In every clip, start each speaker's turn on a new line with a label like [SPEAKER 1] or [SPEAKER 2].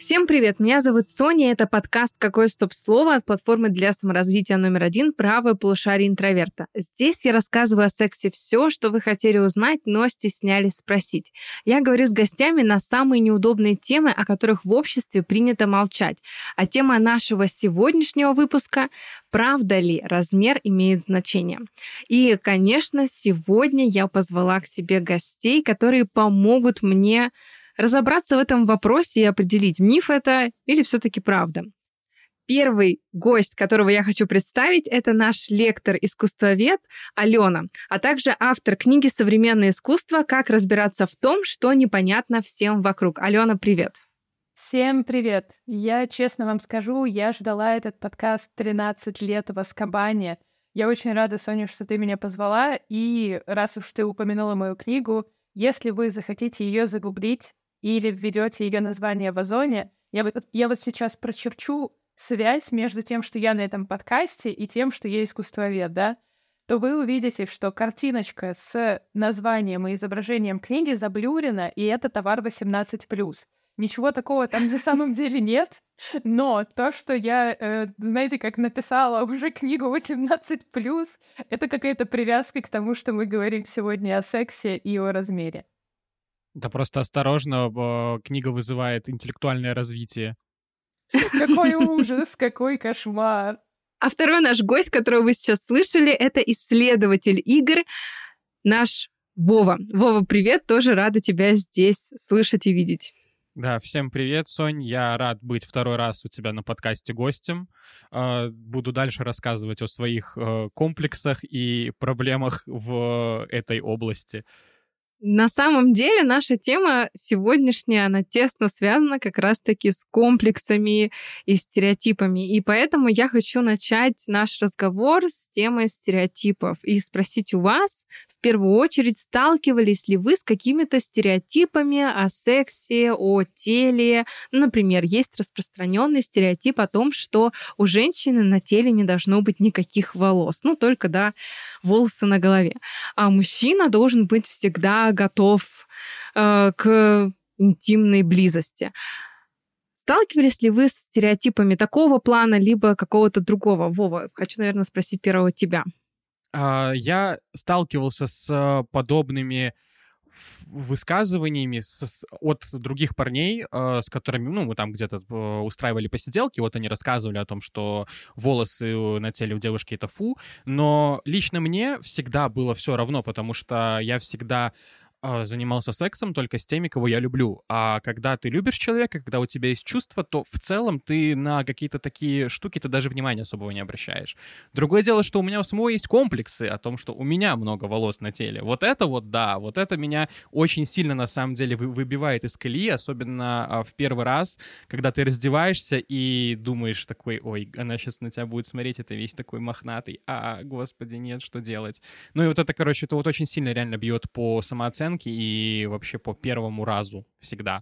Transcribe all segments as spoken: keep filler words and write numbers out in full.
[SPEAKER 1] Всем привет, меня зовут Соня, это подкаст «Какое стоп-слово» от платформы для саморазвития номер один «Правое полушарие интроверта». Здесь я рассказываю о сексе все, что вы хотели узнать, но стеснялись спросить. Я говорю с гостями на самые неудобные темы, о которых в обществе принято молчать. А тема нашего сегодняшнего выпуска — правда ли размер имеет значение? И, конечно, сегодня я позвала к себе гостей, которые помогут мне разобраться в этом вопросе и определить, миф это или все-таки правда. Первый гость, которого я хочу представить, это наш лектор-искусствовед Алена, а также автор книги «Современное искусство. Как разбираться в том, что непонятно всем вокруг». Алена, привет.
[SPEAKER 2] Всем привет. Я честно вам скажу, я ждала этот подкаст тринадцать лет в Азкабане. Я очень рада, Соня, что ты меня позвала. И раз уж ты упомянула мою книгу, если вы захотите ее загуглить, или введете ее название в Озоне, я вот, я вот сейчас прочерчу связь между тем, что я на этом подкасте, и тем, что я искусствовед, да, то вы увидите, что картиночка с названием и изображением книги заблюрена, и это товар восемнадцать плюс. Ничего такого там на самом деле нет, но то, что я, э, знаете, как написала уже книгу восемнадцать плюс, это какая-то привязка к тому, что мы говорим сегодня о сексе и о размере.
[SPEAKER 3] Да просто осторожно, книга вызывает интеллектуальное развитие.
[SPEAKER 2] Какой ужас, какой кошмар.
[SPEAKER 1] А второй наш гость, которого вы сейчас слышали, это исследователь игр, наш Вова. Вова, привет, тоже рада тебя здесь слышать и видеть.
[SPEAKER 3] Да, всем привет, Сонь. Я рад быть второй раз у тебя на подкасте гостем. Буду дальше рассказывать о своих комплексах и проблемах в этой области.
[SPEAKER 1] На самом деле наша тема сегодняшняя, она тесно связана как раз-таки с комплексами и стереотипами. И поэтому я хочу начать наш разговор с темой стереотипов и спросить у вас, в первую очередь, сталкивались ли вы с какими-то стереотипами о сексе, о теле? Ну, например, есть распространенный стереотип о том, что у женщины на теле не должно быть никаких волос. Ну, только, да, волосы на голове. А мужчина должен быть всегда готов э, к интимной близости. Сталкивались ли вы с стереотипами такого плана, либо какого-то другого? Вова, хочу, наверное, спросить первого тебя.
[SPEAKER 3] Я сталкивался с подобными высказываниями с, от других парней, э, с которыми, ну, мы там где-то устраивали посиделки, вот они рассказывали о том, что волосы на теле у девушки — это фу, но лично мне всегда было все равно, потому что я всегда занимался сексом только с теми, кого я люблю. А когда ты любишь человека, когда у тебя есть чувства, то в целом ты на какие-то такие штуки ты даже внимания особого не обращаешь. Другое дело, что у меня у самого есть комплексы о том, что у меня много волос на теле. Вот это вот, да, вот это меня очень сильно на самом деле выбивает из колеи, особенно в первый раз, когда ты раздеваешься и думаешь такой: ой, она сейчас на тебя будет смотреть, это весь такой мохнатый, а, господи, нет, что делать? Ну и вот это, короче, это вот очень сильно реально бьет по самооценке и вообще по первому разу всегда.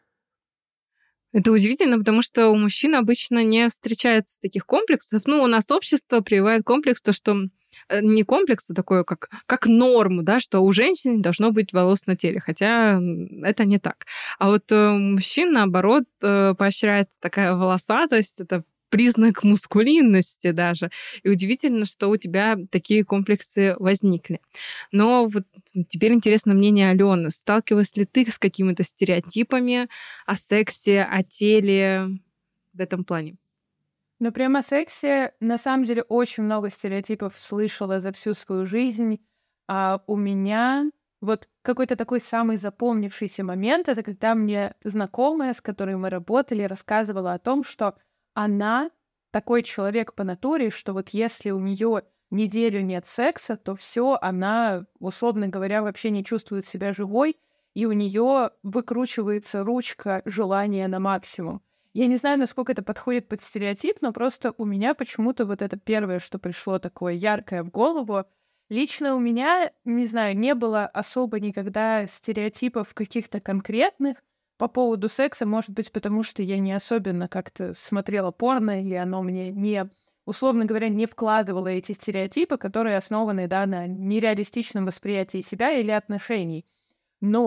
[SPEAKER 1] Это удивительно, потому что у мужчин обычно не встречается таких комплексов. Ну, у нас общество прививает комплекс, то, что не комплекс, а такое, как, как норму, да, что у женщин должно быть волос на теле, хотя это не так. А вот у мужчин, наоборот, поощряется такая волосатость, это признак мускулинности даже. И удивительно, что у тебя такие комплексы возникли. Но вот теперь интересно мнение Алены. Сталкивалась ли ты с какими-то стереотипами о сексе, о теле в этом плане?
[SPEAKER 2] Ну, прямо о сексе, на самом деле, очень много стереотипов слышала за всю свою жизнь. А у меня вот какой-то такой самый запомнившийся момент — это когда мне знакомая, с которой мы работали, рассказывала о том, что она такой человек по натуре, что вот если у нее неделю нет секса, то все, она, условно говоря, вообще не чувствует себя живой, и у нее выкручивается ручка желания на максимум. Я не знаю, насколько это подходит под стереотип, но просто у меня почему-то вот это первое, что пришло такое яркое в голову. Лично у меня, не знаю, не было особо никогда стереотипов каких-то конкретных по поводу секса, может быть, потому что я не особенно как-то смотрела порно, и оно мне не, условно говоря, не вкладывало эти стереотипы, которые основаны, да, на нереалистичном восприятии себя или отношений. Но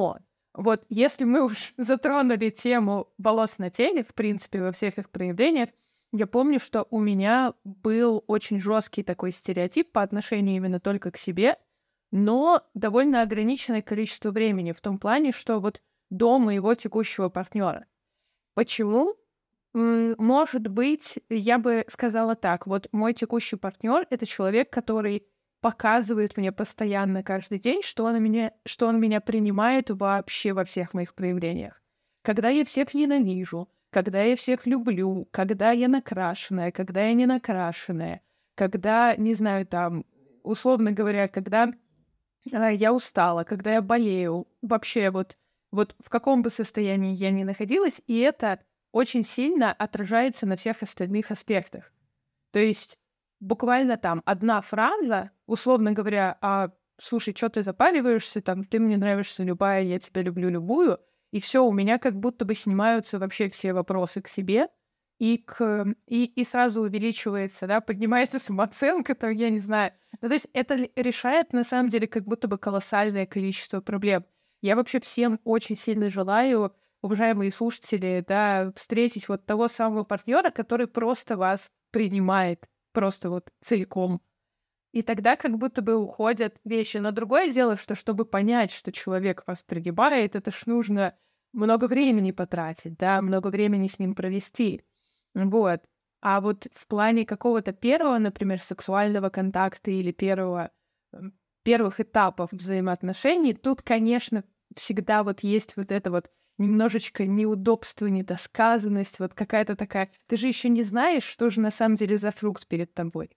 [SPEAKER 2] Вот если мы уж затронули тему волос на теле, в принципе, во всех их проявлениях, я помню, что у меня был очень жесткий такой стереотип по отношению именно только к себе, но довольно ограниченное количество времени, в том плане, что вот до моего текущего партнера. Почему? М, Может быть, я бы сказала так. Вот мой текущий партнер — это человек, который показывает мне постоянно каждый день, что он меня, что он меня принимает вообще во всех моих проявлениях. Когда я всех ненавижу, когда я всех люблю, когда я накрашенная, когда я не накрашенная, когда, не знаю, там, условно говоря, когда а, я устала, когда я болею, вообще вот, вот в каком бы состоянии я ни находилась, и это очень сильно отражается на всех остальных аспектах. То есть буквально там одна фраза, условно говоря, а, слушай, что ты запариваешься, там, ты мне нравишься любая, я тебя люблю любую, и все, у меня как будто бы снимаются вообще все вопросы к себе, и, к, и, и сразу увеличивается, да, поднимается самооценка, там, я не знаю. Ну, то есть это л- решает, на самом деле, как будто бы колоссальное количество проблем. Я вообще всем очень сильно желаю, уважаемые слушатели, да, встретить вот того самого партнера, который просто вас принимает, просто вот целиком. И тогда как будто бы уходят вещи. Но другое дело, что чтобы понять, что человек вас принимает, это ж нужно много времени потратить, да, много времени с ним провести. Вот. А вот в плане какого-то первого, например, сексуального контакта или первого, м, первых этапов взаимоотношений, тут, конечно, всегда вот есть вот это вот немножечко неудобство, недосказанность, вот какая-то такая... Ты же еще не знаешь, что же на самом деле за фрукт перед тобой.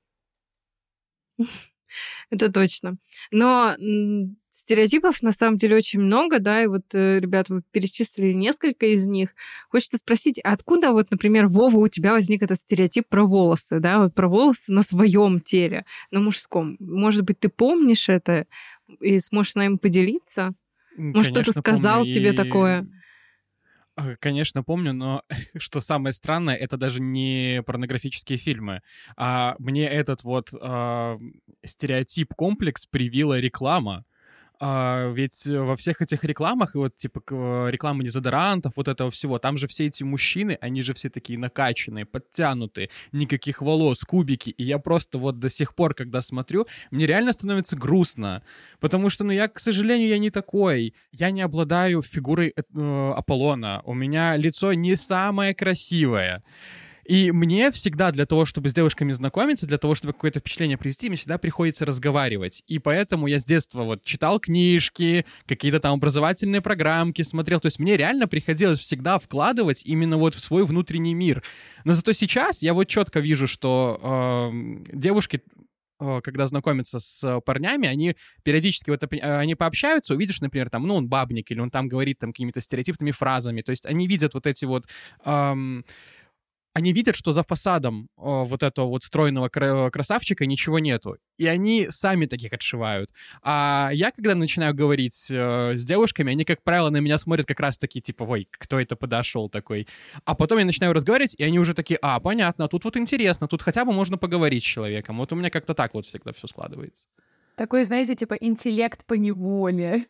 [SPEAKER 1] Это точно. Но м, стереотипов на самом деле очень много, да, и вот, э, ребят, вы перечислили несколько из них. Хочется спросить, а откуда вот, например, Вова, у тебя возник этот стереотип про волосы, да, вот про волосы на своем теле, на мужском? Может быть, ты помнишь это и сможешь с нами поделиться?
[SPEAKER 3] М,
[SPEAKER 1] Может, кто-то
[SPEAKER 3] Конечно, помню.
[SPEAKER 1] сказал тебе
[SPEAKER 3] И
[SPEAKER 1] такое?
[SPEAKER 3] А, Конечно, помню, но что самое странное, это даже не порнографические фильмы, а мне этот вот а, стереотип-комплекс привила реклама. А, ведь во всех этих рекламах, и вот типа к- э, рекламы дезодорантов, вот этого всего, там же все эти мужчины, они же все такие накачанные, подтянутые, никаких волос, кубики. И я просто вот до сих пор, когда смотрю, мне реально становится грустно. Потому что, ну, я, к сожалению, я не такой. Я не обладаю фигурой э, э, Аполлона. У меня лицо не самое красивое. И мне всегда для того, чтобы с девушками знакомиться, для того, чтобы какое-то впечатление привести, мне всегда приходится разговаривать. И поэтому я с детства вот читал книжки, какие-то там образовательные программки смотрел. То есть мне реально приходилось всегда вкладывать именно вот в свой внутренний мир. Но зато сейчас я вот четко вижу, что э, девушки э, когда знакомятся с парнями, они периодически вот, опи- э, они пообщаются, увидишь, например, там, ну, он бабник, или он там говорит там какими-то стереотипными фразами, то есть они видят вот эти вот эм, они видят, что за фасадом э, вот этого вот стройного кра- красавчика ничего нету. И они сами таких отшивают. А я, когда начинаю говорить э, с девушками, они, как правило, на меня смотрят как раз таки, типа, ой, кто это подошел такой. А потом я начинаю разговаривать, и они уже такие, а, понятно, тут вот интересно, тут хотя бы можно поговорить с человеком. Вот у меня как-то так вот всегда все складывается.
[SPEAKER 2] Такой, знаете, типа интеллект по неволе.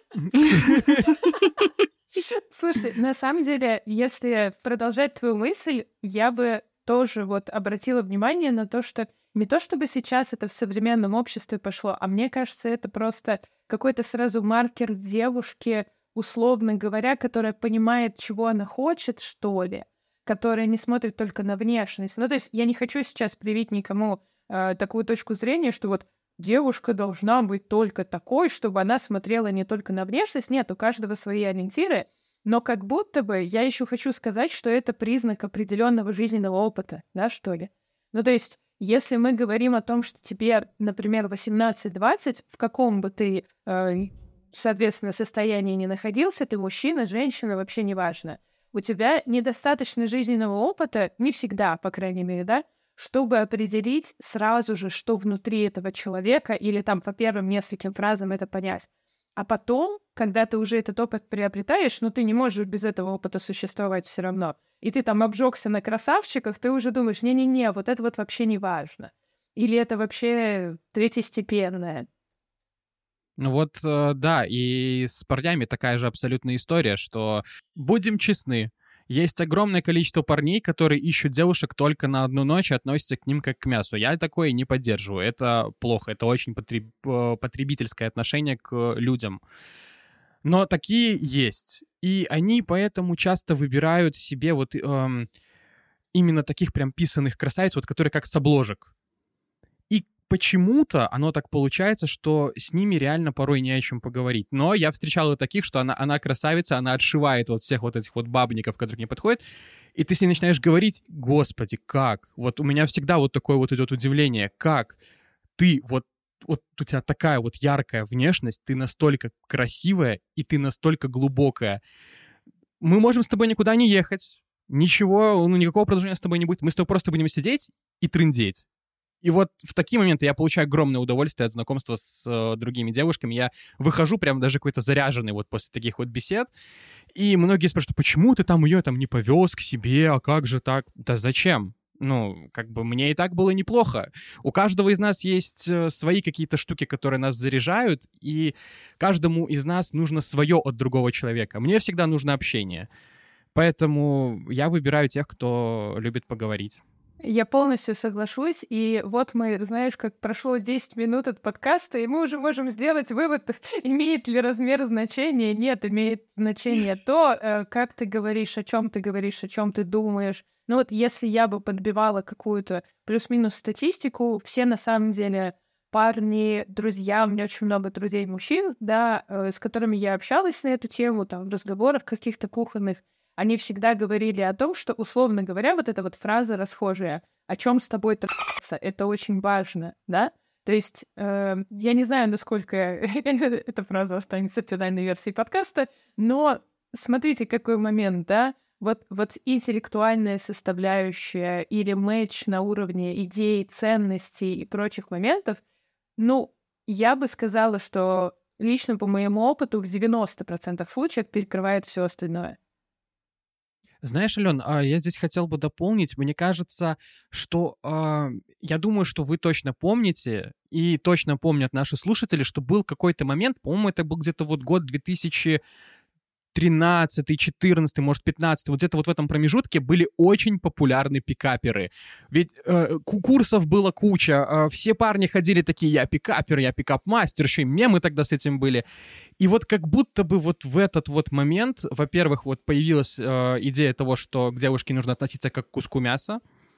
[SPEAKER 2] Слушай, на самом деле, если продолжать твою мысль, я бы тоже вот обратила внимание на то, что не то чтобы сейчас это в современном обществе пошло, а мне кажется, это просто какой-то сразу маркер девушки, условно говоря, которая понимает, чего она хочет, что ли, которая не смотрит только на внешность. Ну, то есть я не хочу сейчас привить никому э, такую точку зрения, что вот девушка должна быть только такой, чтобы она смотрела не только на внешность. Нет, у каждого свои ориентиры. Но как будто бы я еще хочу сказать, что это признак определенного жизненного опыта, да, что ли? Ну, то есть, если мы говорим о том, что тебе, например, восемнадцать-двадцать, в каком бы ты, э, соответственно, состоянии ни находился, ты мужчина, женщина, вообще неважно, у тебя недостаточно жизненного опыта, не всегда, по крайней мере, да, чтобы определить сразу же, что внутри этого человека, или там по первым нескольким фразам это понять. А потом, когда ты уже этот опыт приобретаешь, ну ты не можешь без этого опыта существовать все равно, и ты там обжегся на красавчиках, ты уже думаешь, не-не-не, вот это вот вообще не важно. Или это вообще третьестепенное.
[SPEAKER 3] Ну вот, э, да, и с парнями такая же абсолютная история, что будем честны, есть огромное количество парней, которые ищут девушек только на одну ночь и относятся к ним как к мясу. Я такое не поддерживаю. Это плохо. Это очень потреб... э, потребительское отношение к людям. Но такие есть. И они поэтому часто выбирают себе вот эм, именно таких прям писаных красавиц, вот которые как с обложек. И почему-то оно так получается, что с ними реально порой не о чем поговорить. Но я встречал и таких, что она, она красавица, она отшивает вот всех вот этих вот бабников, которые к ней подходят, и ты с ней начинаешь говорить: господи, как? Вот у меня всегда вот такое вот идет удивление, как ты вот вот у тебя такая вот яркая внешность, ты настолько красивая и ты настолько глубокая. Мы можем с тобой никуда не ехать, ничего, ну, никакого продолжения с тобой не будет. Мы с тобой просто будем сидеть и трындеть. И вот в такие моменты я получаю огромное удовольствие от знакомства с э, другими девушками. Я выхожу прям даже какой-то заряженный вот после таких вот бесед. И многие спрашивают: почему ты там ее там не повез к себе, а как же так? Да зачем? Ну, как бы мне и так было неплохо. У каждого из нас есть э, свои какие-то штуки, которые нас заряжают, и каждому из нас нужно свое от другого человека. Мне всегда нужно общение. Поэтому я выбираю тех, кто любит поговорить.
[SPEAKER 2] Я полностью соглашусь, и вот мы, знаешь, как прошло десять минут от подкаста, и мы уже можем сделать вывод, имеет ли размер значения. Нет, имеет значение то, э, как ты говоришь, о чем ты говоришь, о чем ты думаешь. Ну вот если я бы подбивала какую-то плюс-минус статистику, все на самом деле парни, друзья, у меня очень много друзей-мужчин, да, э, с которыми я общалась на эту тему, там, в разговорах каких-то кухонных, они всегда говорили о том, что, условно говоря, вот эта вот фраза расхожая: «О чем с тобой трахаться?» Это очень важно, да? То есть э, я не знаю, насколько эта фраза останется в финальной версии подкаста, но смотрите, какой момент, да? Вот, вот интеллектуальная составляющая или матч на уровне идей, ценностей и прочих моментов, ну, я бы сказала, что лично по моему опыту в девяноста процентах случаев перекрывает все остальное.
[SPEAKER 3] Знаешь, Ален, я здесь хотел бы дополнить. Мне кажется, что э, я думаю, что вы точно помните, и точно помнят наши слушатели, что был какой-то момент, по-моему, это был где-то вот год две тысячи тринадцатый, четырнадцатый, может, пятнадцатый, вот где-то вот в этом промежутке были очень популярны пикаперы. Ведь э, курсов было куча, э, все парни ходили такие: я пикапер, я пикап-мастер, еще и мемы тогда с этим были. И вот как будто бы вот в этот вот момент, во-первых, вот появилась э, идея того, что к девушке нужно относиться как к куску мяса.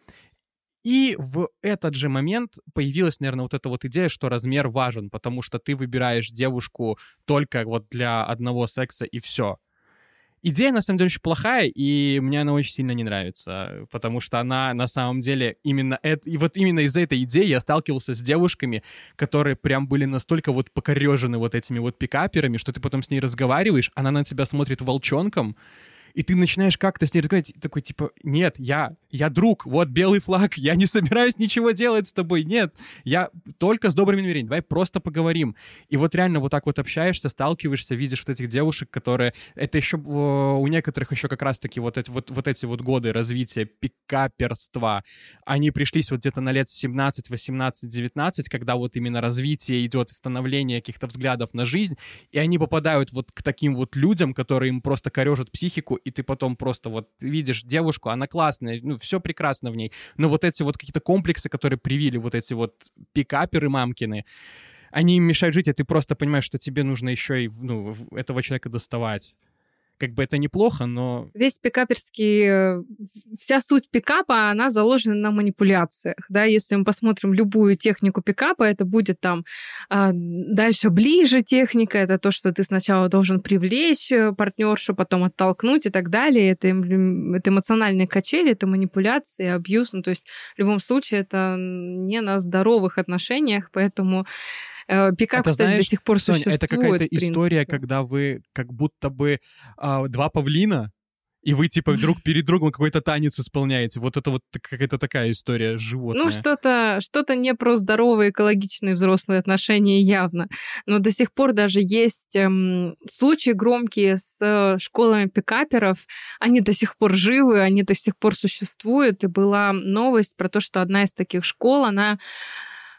[SPEAKER 3] И в этот же момент появилась, наверное, вот эта вот идея, что размер важен, потому что ты выбираешь девушку только вот для одного секса и все. Идея, на самом деле, очень плохая, и мне она очень сильно не нравится, потому что она, на самом деле, именно это, и вот именно из-за этой идеи я сталкивался с девушками, которые прям были настолько вот покорежены вот этими вот пикаперами, что ты потом с ней разговариваешь, она на тебя смотрит волчонком, и ты начинаешь как-то с ней разговаривать, такой, типа: нет, я, я друг, вот белый флаг, я не собираюсь ничего делать с тобой, нет, я только с добрыми намерениями, давай просто поговорим. И вот реально вот так вот общаешься, сталкиваешься, видишь вот этих девушек, которые, это еще у некоторых еще как раз-таки вот эти вот, вот эти вот годы развития пикаперства, они пришлись вот где-то на лет семнадцать, восемнадцать, девятнадцать, когда вот именно развитие идет и становление каких-то взглядов на жизнь, и они попадают вот к таким вот людям, которые им просто корежат психику, и ты потом просто вот видишь девушку, она классная, ну, все прекрасно в ней, но вот эти вот какие-то комплексы, которые привили вот эти вот пикаперы мамкины, они им мешают жить, и ты просто понимаешь, что тебе нужно еще и, ну, этого человека доставать. Как бы это неплохо, но...
[SPEAKER 1] Весь пикаперский... Вся суть пикапа, она заложена на манипуляциях, да, если мы посмотрим любую технику пикапа, это будет там а, дальше ближе техника, это то, что ты сначала должен привлечь партнершу, потом оттолкнуть и так далее, это, это эмоциональные качели, это манипуляции, абьюз, ну, то есть в любом случае это не на здоровых отношениях, поэтому... Пикап,
[SPEAKER 3] это,
[SPEAKER 1] кстати,
[SPEAKER 3] знаешь,
[SPEAKER 1] до сих пор
[SPEAKER 3] Сонь,
[SPEAKER 1] существует.
[SPEAKER 3] Это какая-то история, когда вы как будто бы а, два павлина, и вы типа друг перед другом какой-то танец исполняете. Вот это вот какая-то такая история животная.
[SPEAKER 1] Ну, что-то, что-то не про здоровые, экологичные взрослые отношения явно. Но до сих пор даже есть эм, случаи громкие с школами пикаперов. Они до сих пор живы, они до сих пор существуют. И была новость про то, что одна из таких школ, она...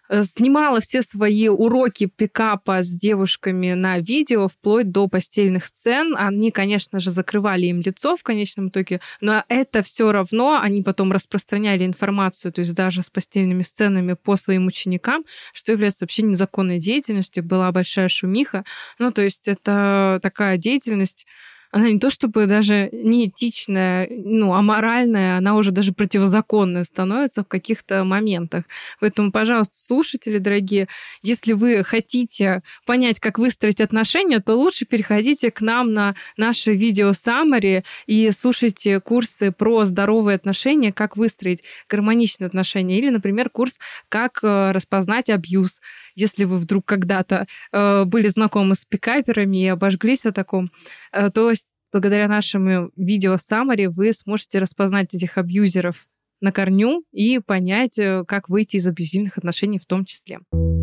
[SPEAKER 1] снимала все свои уроки пикапа с девушками на видео, вплоть до постельных сцен. Они, конечно же, закрывали им лицо в конечном итоге, но это все равно они потом распространяли информацию, то есть даже с постельными сценами по своим ученикам, что является вообще незаконной деятельностью. Была большая шумиха. Ну, то есть это такая деятельность, она не то чтобы даже неэтичная, ну, аморальная, она уже даже противозаконная становится в каких-то моментах. Поэтому, пожалуйста, слушатели дорогие, если вы хотите понять, как выстроить отношения, то лучше переходите к нам на наше видео Summary и слушайте курсы про здоровые отношения, как выстроить гармоничные отношения. Или, например, курс «Как распознать абьюз», если вы вдруг когда-то были знакомы с пикаперами и обожглись о таком, то благодаря нашему видео Summary вы сможете распознать этих абьюзеров на корню и понять, как выйти из абьюзивных отношений в том числе.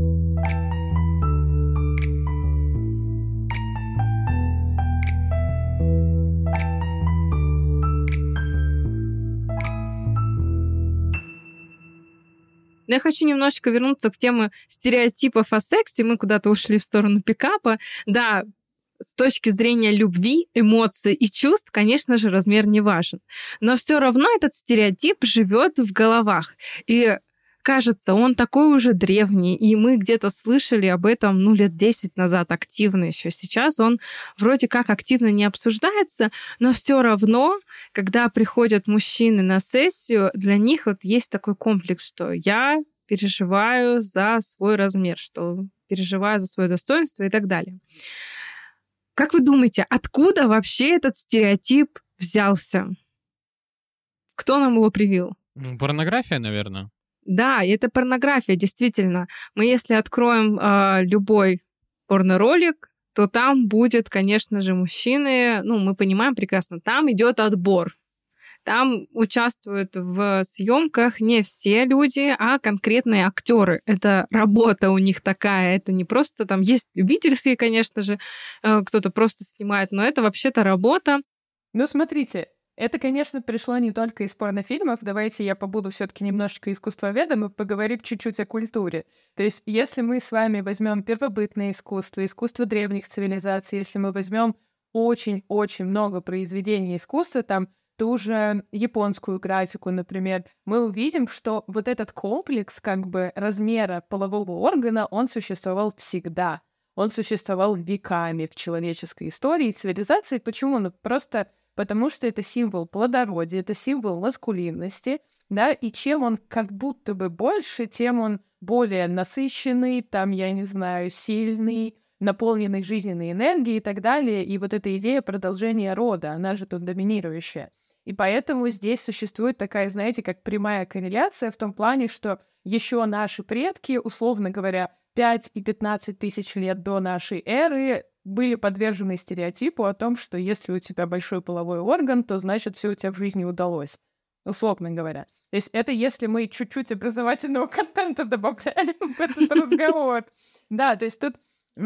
[SPEAKER 1] Но я хочу немножечко вернуться к теме стереотипов о сексе. Мы куда-то ушли в сторону пикапа. Да, с точки зрения любви, эмоций и чувств, конечно же, размер не важен. Но все равно этот стереотип живет в головах. И кажется, он такой уже древний, и мы где-то слышали об этом, ну, лет десять назад активно еще. Сейчас он вроде как активно не обсуждается, но все равно, когда приходят мужчины на сессию, для них вот есть такой комплекс, что я переживаю за свой размер, что переживаю за свое достоинство и так далее. Как вы думаете, откуда вообще этот стереотип взялся? Кто нам его привил?
[SPEAKER 3] Ну, порнография, наверное.
[SPEAKER 1] Да, это порнография, действительно. Мы, если откроем э, любой порноролик, то там будет, конечно же, мужчины, ну, мы понимаем прекрасно, там идет отбор. Там участвуют в съемках не все люди, а конкретные актеры. Это работа у них такая. Это не просто там есть любительские, конечно же, кто-то просто снимает, но это вообще-то работа.
[SPEAKER 2] Ну, смотрите, это, конечно, пришло не только из порнофильмов. Давайте я побуду все-таки немножечко искусствоведом и поговорим чуть-чуть о культуре. То есть, если мы с вами возьмем первобытное искусство, искусство древних цивилизаций, если мы возьмем очень-очень много произведений искусства, там ту же японскую графику, например, мы увидим, что вот этот комплекс как бы размера полового органа, он существовал всегда. Он существовал веками в человеческой истории и цивилизации. Почему? Ну, просто потому что это символ плодородия, это символ маскулинности, да, и чем он как будто бы больше, тем он более насыщенный, там, я не знаю, сильный, наполненный жизненной энергией и так далее. И вот эта идея продолжения рода, она же тут доминирующая. И поэтому здесь существует такая, знаете, как прямая корреляция в том плане, что еще наши предки, условно говоря, пять и пятнадцать тысяч лет до нашей эры были подвержены стереотипу о том, что если у тебя большой половой орган, то значит все у тебя в жизни удалось, условно говоря. То есть это если мы чуть-чуть образовательного контента добавляли в этот разговор. Да, то есть тут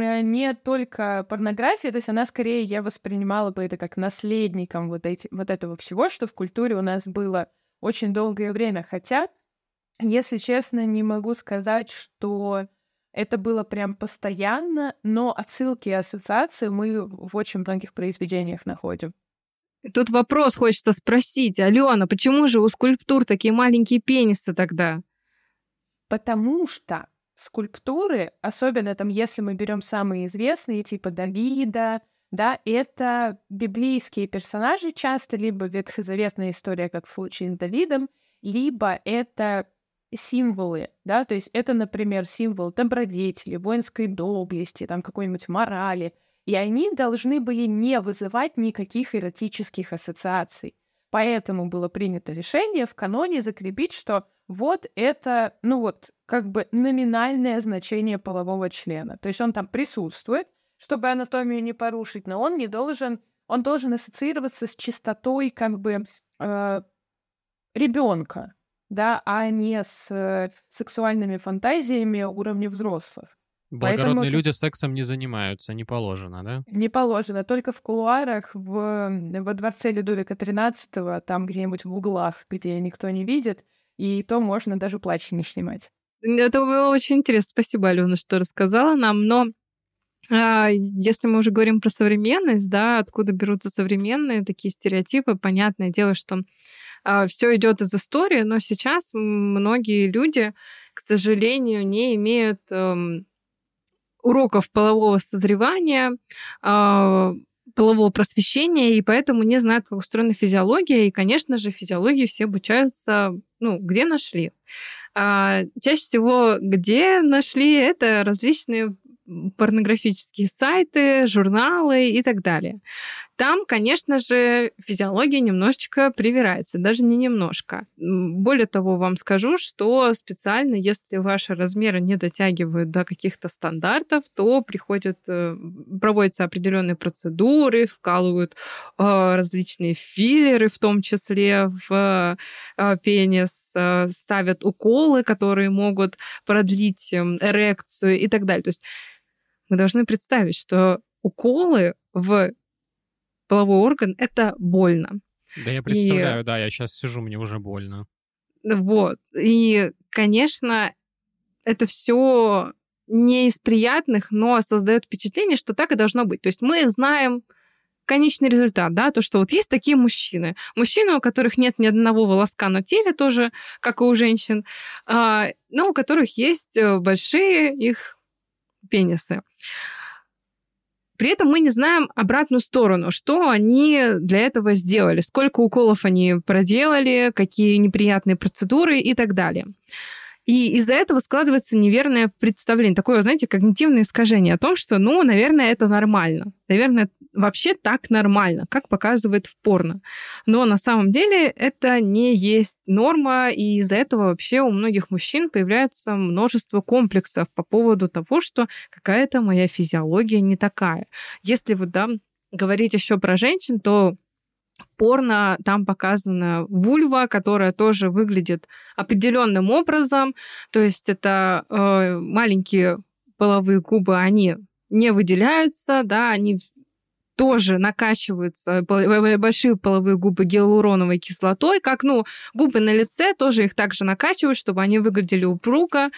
[SPEAKER 2] не только порнография, то есть она скорее, я воспринимала бы это как наследником вот, эти, вот этого всего, что в культуре у нас было очень долгое время. Хотя, если честно, не могу сказать, что это было прям постоянно, но отсылки и ассоциации мы в очень многих произведениях находим.
[SPEAKER 1] Тут вопрос хочется спросить. Алена, почему же у скульптур такие маленькие пенисы тогда?
[SPEAKER 2] Потому что скульптуры, особенно там, если мы берем самые известные, типа Давида, да, это библейские персонажи часто, либо ветхозаветная история, как в случае с Давидом, либо это символы, да, то есть это, например, символ добродетели, воинской доблести, там какой-нибудь морали, и они должны были не вызывать никаких эротических ассоциаций. Поэтому было принято решение в каноне закрепить, что вот это, ну вот, как бы номинальное значение полового члена. То есть он там присутствует, чтобы анатомию не порушить, но он не должен, он должен ассоциироваться с чистотой как бы э, ребенка, да, а не с э, сексуальными фантазиями уровня взрослых.
[SPEAKER 3] Благородные
[SPEAKER 2] Поэтому
[SPEAKER 3] люди сексом не занимаются, не положено, да?
[SPEAKER 2] Не положено, только в кулуарах в, во дворце Людовика тринадцатого, там где-нибудь в углах, где никто не видит, и то можно даже платье не снимать.
[SPEAKER 1] Это было очень интересно. Спасибо, Алена, что рассказала нам. Но а, если мы уже говорим про современность, да, откуда берутся современные такие стереотипы, понятное дело, что а, все идет из истории, но сейчас многие люди, к сожалению, не имеют эм, уроков полового созревания, а, полового просвещения, и поэтому не знают, как устроена физиология. И, конечно же, физиологии все обучаются, ну, где нашли. А, чаще всего, где нашли, это различные порнографические сайты, журналы и так далее. Там, конечно же, физиология немножечко привирается, даже не немножко. Более того, вам скажу, что специально, если ваши размеры не дотягивают до каких-то стандартов, то приходят, проводятся определенные процедуры, вкалывают различные филлеры, в том числе в пенис, ставят уколы, которые могут продлить эрекцию и так далее. То есть мы должны представить, что уколы в половой орган — это больно.
[SPEAKER 3] Да, я представляю,
[SPEAKER 1] и,
[SPEAKER 3] да, я сейчас сижу, мне уже больно.
[SPEAKER 1] Вот. И, конечно, это все не из приятных, но создает впечатление, что так и должно быть. То есть мы знаем конечный результат, да, то, что вот есть такие мужчины. Мужчины, у которых нет ни одного волоска на теле тоже, как и у женщин, но у которых есть большие их пенисы. При этом мы не знаем обратную сторону, что они для этого сделали, сколько уколов они проделали, какие неприятные процедуры и так далее. И из-за этого складывается неверное представление, такое, знаете, когнитивное искажение о том, что, ну, наверное, это нормально. Наверное, вообще так нормально, как показывает в порно. Но на самом деле это не есть норма, и из-за этого вообще у многих мужчин появляется множество комплексов по поводу того, что какая-то моя физиология не такая. Если вот, да, говорить еще про женщин, то порно, там показана вульва, которая тоже выглядит определенным образом. То есть это э, маленькие половые губы, они не выделяются, да, они тоже накачиваются, большие половые губы гиалуроновой кислотой, как, ну, губы на лице, тоже их также накачивают, чтобы они выглядели упруго,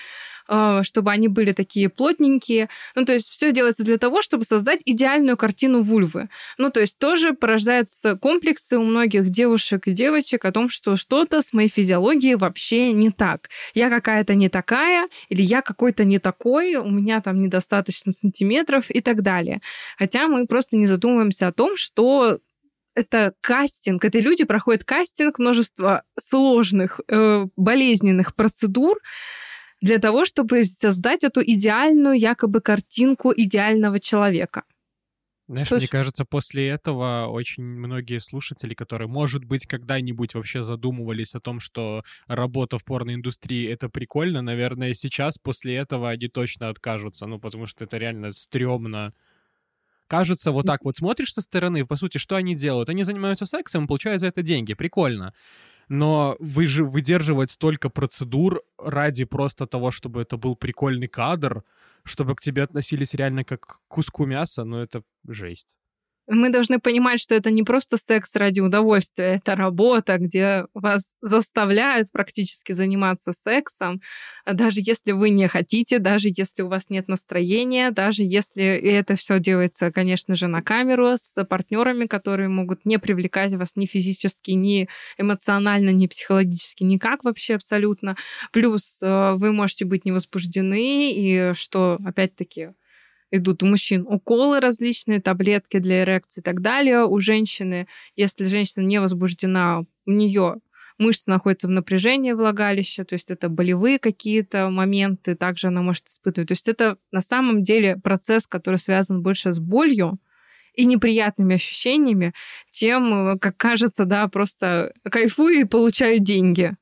[SPEAKER 1] чтобы они были такие плотненькие. Ну, то есть все делается для того, чтобы создать идеальную картину вульвы. Ну, то есть тоже порождаются комплексы у многих девушек и девочек о том, что что-то с моей физиологией вообще не так. Я какая-то не такая, или я какой-то не такой, у меня там недостаточно сантиметров и так далее. Хотя мы просто не задумываемся о том, что это кастинг, это люди проходят кастинг, множество сложных, э, болезненных процедур, для того, чтобы создать эту идеальную якобы картинку идеального человека.
[SPEAKER 3] Знаешь, Слушай... мне кажется, после этого очень многие слушатели, которые, может быть, когда-нибудь вообще задумывались о том, что работа в порноиндустрии — это прикольно, наверное, сейчас после этого они точно откажутся, ну, потому что это реально стрёмно. Кажется, вот так вот смотришь со стороны, по сути, что они делают? Они занимаются сексом и получают за это деньги, прикольно. Но вы же выдерживать столько процедур ради просто того, чтобы это был прикольный кадр, чтобы к тебе относились реально как к куску мяса, ну это жесть.
[SPEAKER 1] Мы должны понимать, что это не просто секс ради удовольствия, это работа, где вас заставляют практически заниматься сексом, даже если вы не хотите, даже если у вас нет настроения, даже если это все делается, конечно же, на камеру с партнерами, которые могут не привлекать вас ни физически, ни эмоционально, ни психологически, никак вообще абсолютно. Плюс вы можете быть невозбуждены, и что, опять-таки, идут у мужчин уколы различные, таблетки для эрекции и так далее. У женщины, если женщина не возбуждена, у нее мышцы находятся в напряжении влагалища, то есть это болевые какие-то моменты, также она может испытывать. То есть это на самом деле процесс, который связан больше с болью и неприятными ощущениями, чем, как кажется, да, просто кайфую и получаю деньги.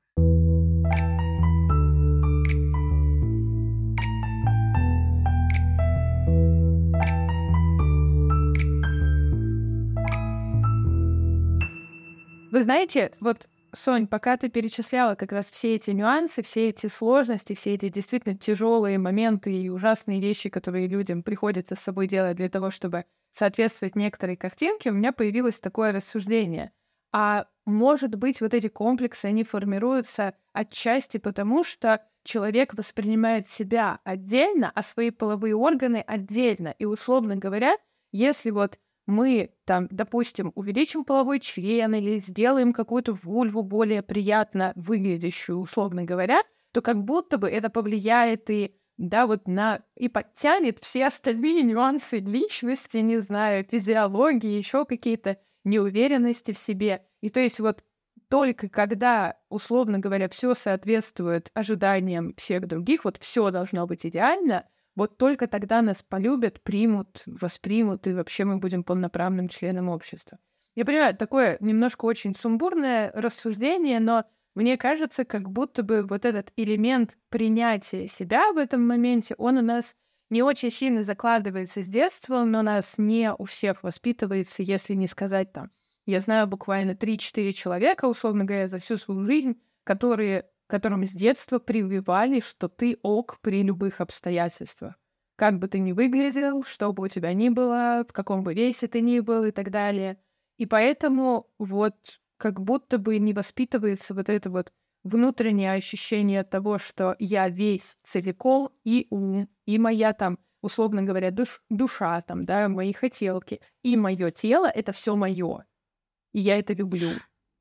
[SPEAKER 2] Вы знаете, вот, Сонь, пока ты перечисляла как раз все эти нюансы, все эти сложности, все эти действительно тяжелые моменты и ужасные вещи, которые людям приходится с собой делать для того, чтобы соответствовать некоторой картинке, у меня появилось такое рассуждение. А может быть, вот эти комплексы, они формируются отчасти потому, что человек воспринимает себя отдельно, а свои половые органы отдельно. И, условно говоря, если вот мы, там, допустим, увеличим половой член или сделаем какую-то вульву более приятно выглядящую, условно говоря, то как будто бы это повлияет и, да, вот на... и подтянет все остальные нюансы личности, не знаю, физиологии, еще какие-то неуверенности в себе. И то есть вот только когда, условно говоря, все соответствует ожиданиям всех других, вот все должно быть идеально, вот только тогда нас полюбят, примут, воспримут, и вообще мы будем полноправным членом общества. Я понимаю, такое немножко очень сумбурное рассуждение, но мне кажется, как будто бы вот этот элемент принятия себя в этом моменте, он у нас не очень сильно закладывается с детства, он у нас не у всех воспитывается, если не сказать там. Я знаю буквально три-четыре человека, условно говоря, за всю свою жизнь, которые... которым с детства прививали, что ты ок при любых обстоятельствах. Как бы ты ни выглядел, что бы у тебя ни было, в каком бы весе ты ни был и так далее. И поэтому вот как будто бы не воспитывается вот это вот внутреннее ощущение того, что я весь целиком, и ум, и моя там, условно говоря, душ, душа, там, да, мои хотелки, и мое тело — это все мое. И я это люблю.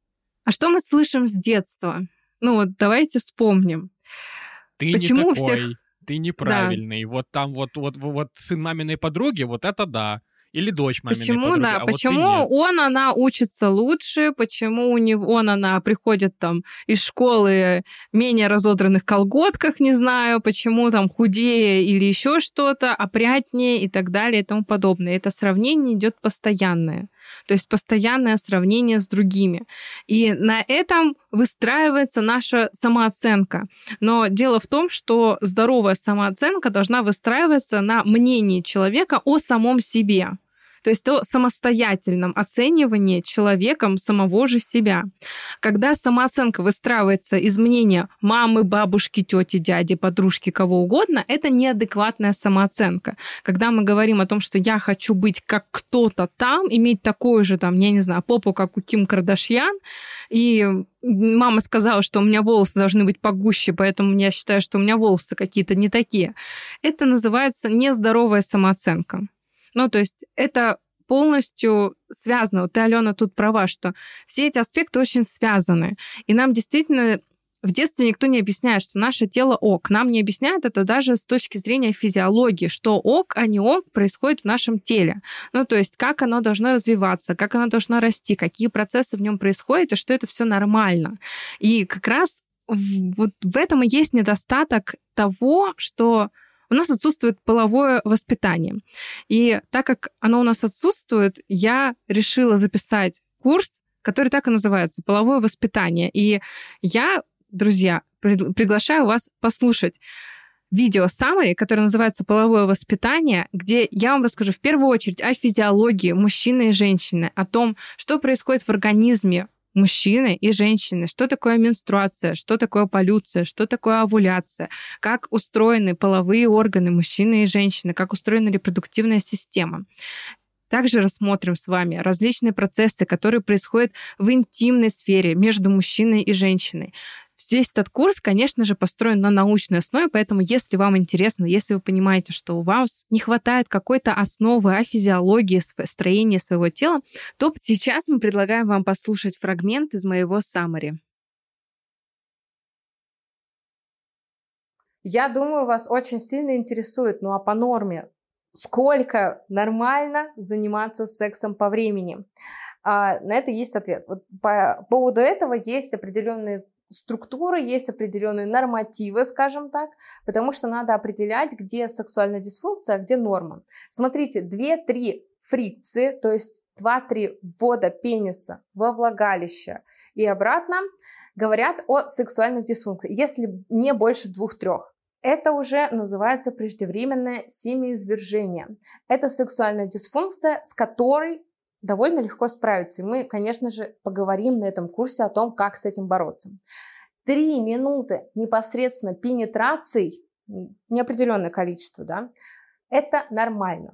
[SPEAKER 1] А что мы слышим с детства? Ну вот давайте вспомним.
[SPEAKER 3] Ты
[SPEAKER 1] Почему
[SPEAKER 3] не такой,
[SPEAKER 1] всех...
[SPEAKER 3] ты неправильный. Да. Вот там вот, вот, вот сын маминой подруги, вот это да. Или дочь маминой
[SPEAKER 1] почему,
[SPEAKER 3] подруги,
[SPEAKER 1] да,
[SPEAKER 3] а
[SPEAKER 1] почему
[SPEAKER 3] вот
[SPEAKER 1] он, она учится лучше, почему у него, он, она приходит там из школы в менее разодранных колготках, не знаю, почему там худее или еще что-то, опрятнее и так далее и тому подобное. Это сравнение идет постоянное. То есть постоянное сравнение с другими. И на этом выстраивается наша самооценка. Но дело в том, что здоровая самооценка должна выстраиваться на мнении человека о самом себе. То есть о самостоятельном оценивании человеком самого же себя. Когда самооценка выстраивается из мнения мамы, бабушки, тети, дяди, подружки, кого угодно, это неадекватная самооценка. Когда мы говорим о том, что я хочу быть как кто-то там, иметь такую же, там, я не знаю, попу, как у Ким Кардашьян, и мама сказала, что у меня волосы должны быть погуще, поэтому я считаю, что у меня волосы какие-то не такие. Это называется нездоровая самооценка. Ну, то есть это полностью связано. Вот ты, Алена, тут права, что все эти аспекты очень связаны. И нам действительно в детстве никто не объясняет, что наше тело ок. Нам не объясняют это даже с точки зрения физиологии, что ок, а не ок происходит в нашем теле. Ну, то есть как оно должно развиваться, как оно должно расти, какие процессы в нем происходят, и что это все нормально. И как раз вот в этом и есть недостаток того, что у нас отсутствует половое воспитание. И так как оно у нас отсутствует, я решила записать курс, который так и называется «Половое воспитание». И я, друзья, приглашаю вас послушать видео summary, которое называется «Половое воспитание», где я вам расскажу в первую очередь о физиологии мужчины и женщины, о том, что происходит в организме мужчины и женщины, что такое менструация, что такое полюция, что такое овуляция, как устроены половые органы мужчины и женщины, как устроена репродуктивная система. Также рассмотрим с вами различные процессы, которые происходят в интимной сфере между мужчиной и женщиной. Здесь этот курс, конечно же, построен на научной основе, поэтому если вам интересно, если вы понимаете, что у вас не хватает какой-то основы о физиологии, строении своего тела, то сейчас мы предлагаем вам послушать фрагмент из моего summary.
[SPEAKER 4] Я думаю, вас очень сильно интересует, ну а по норме, сколько нормально заниматься сексом по времени? А, на это есть ответ. Вот по поводу этого есть определенные структуры, есть определенные нормативы, скажем так, потому что надо определять, где сексуальная дисфункция, а где норма. Смотрите, две-три фрикции, то есть два-три ввода пениса во влагалище и обратно, говорят о сексуальных дисфункциях, если не больше двух-трех. Это уже называется преждевременное семяизвержение. Это сексуальная дисфункция, с которой довольно легко справиться. И мы, конечно же, поговорим на этом курсе о том, как с этим бороться. Три минуты непосредственно пенетраций, неопределенное количество, да, это нормально.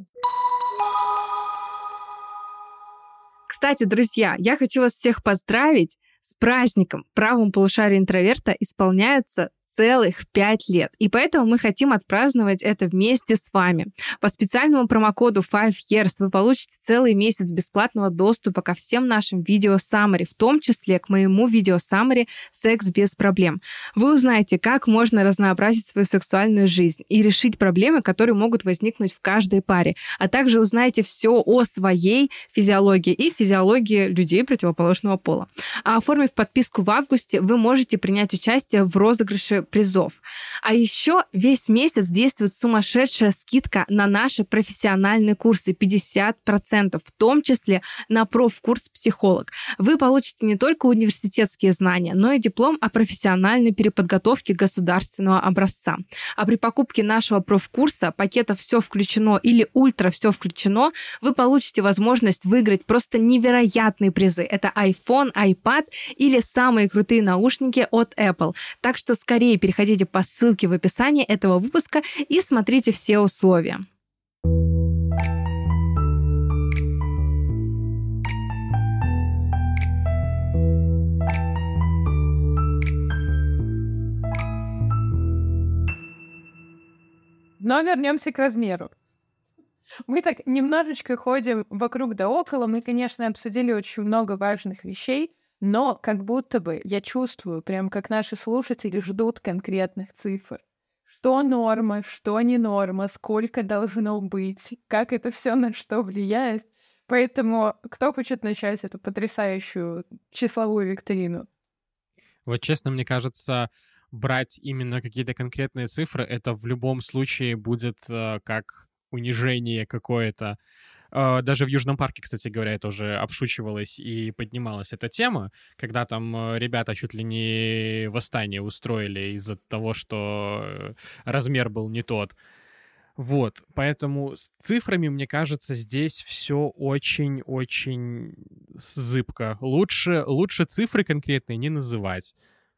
[SPEAKER 1] Кстати, друзья, я хочу вас всех поздравить с праздником. В правом полушарии интроверта исполняется целых пять лет. И поэтому мы хотим отпраздновать это вместе с вами. По специальному промокоду five years вы получите целый месяц бесплатного доступа ко всем нашим видео-саммари, в том числе к моему видео-саммари «Секс без проблем». Вы узнаете, как можно разнообразить свою сексуальную жизнь и решить проблемы, которые могут возникнуть в каждой паре, а также узнаете все о своей физиологии и физиологии людей противоположного пола. А оформив подписку в августе, вы можете принять участие в розыгрыше призов. А еще весь месяц действует сумасшедшая скидка на наши профессиональные курсы пятьдесят процентов, в том числе на профкурс «Психолог». Вы получите не только университетские знания, но и диплом о профессиональной переподготовке государственного образца. А при покупке нашего профкурса, пакета «Все включено» или «Ультра все включено», вы получите возможность выиграть просто невероятные призы. Это iPhone, iPad или самые крутые наушники от Apple. Так что скорее переходите по ссылке в описании этого выпуска и смотрите все условия.
[SPEAKER 2] Но вернемся к размеру. Мы так немножечко ходим вокруг да около. Мы, конечно, обсудили очень много важных вещей, но как будто бы я чувствую, прям как наши слушатели ждут конкретных цифр. Что норма, что не норма, сколько должно быть, как это все на что влияет. Поэтому кто хочет начать эту потрясающую числовую викторину?
[SPEAKER 3] Вот честно, мне кажется, брать именно какие-то конкретные цифры, это в любом случае будет э, как унижение какое-то. Э, даже в Южном парке, кстати говоря, это уже обшучивалось и поднималась эта тема, когда там э, ребята чуть ли не восстание устроили из-за того, что э, размер был не тот. Вот, поэтому с цифрами, мне кажется, здесь все очень-очень зыбко. Лучше, лучше цифры конкретные не называть.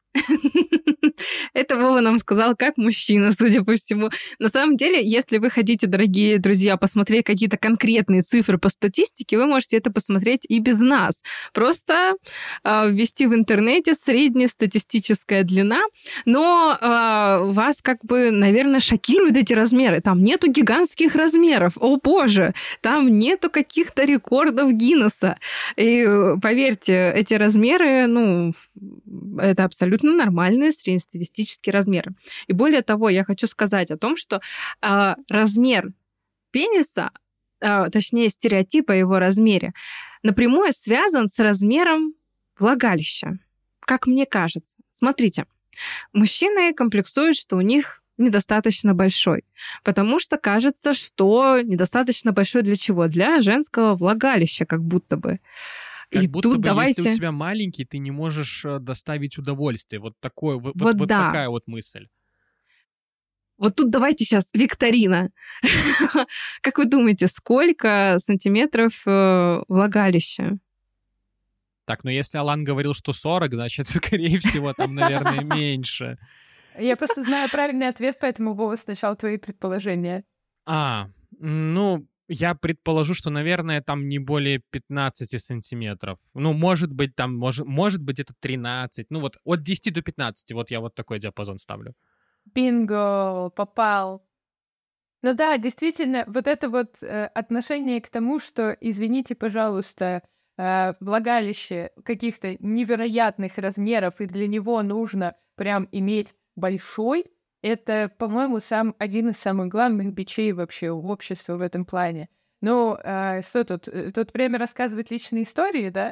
[SPEAKER 1] Это Вова нам сказал как мужчина, судя по всему. На самом деле, если вы хотите, дорогие друзья, посмотреть какие-то конкретные цифры по статистике, вы можете это посмотреть и без нас. Просто э, ввести в интернете среднестатистическая длина, но э, вас как бы, наверное, шокируют эти размеры. Там нету гигантских размеров, о боже, там нету каких-то рекордов Гиннесса. И поверьте, эти размеры, ну, это абсолютно нормальные среднестатистические размеры. И более того, я хочу сказать о том, что э, размер пениса, э, точнее, стереотип о его размере, напрямую связан с размером влагалища, как мне кажется. Смотрите, мужчины комплексуют, что у них недостаточно большой, потому что кажется, что недостаточно большой для чего? Для женского влагалища, как будто бы.
[SPEAKER 3] Как
[SPEAKER 1] И
[SPEAKER 3] будто
[SPEAKER 1] тут
[SPEAKER 3] бы,
[SPEAKER 1] давайте...
[SPEAKER 3] если у тебя маленький, ты не можешь доставить удовольствие. Вот, такое, вот,
[SPEAKER 1] вот,
[SPEAKER 3] вот
[SPEAKER 1] да.
[SPEAKER 3] такая вот мысль.
[SPEAKER 1] Вот тут давайте сейчас викторина. Как вы думаете, сколько сантиметров э, влагалища?
[SPEAKER 3] Так, ну если Алан говорил, что сорок, значит, скорее всего, там, наверное, меньше.
[SPEAKER 2] Я просто знаю правильный ответ, поэтому, Вова, сначала твои предположения.
[SPEAKER 3] А, ну... Я предположу, что, наверное, там не более пятнадцати сантиметров. Ну, может быть, там, может, может быть, это тринадцать. Ну, вот от десяти до пятнадцати. Вот я вот такой диапазон ставлю.
[SPEAKER 2] Бинго! Попал! Ну да, действительно, вот это вот э, отношение к тому, что, извините, пожалуйста, э, влагалище каких-то невероятных размеров, и для него нужно прям иметь большой, это, по-моему, сам один из самых главных бичей вообще у общества в этом плане. Ну, э, что тут? Тут время рассказывать личные истории, да?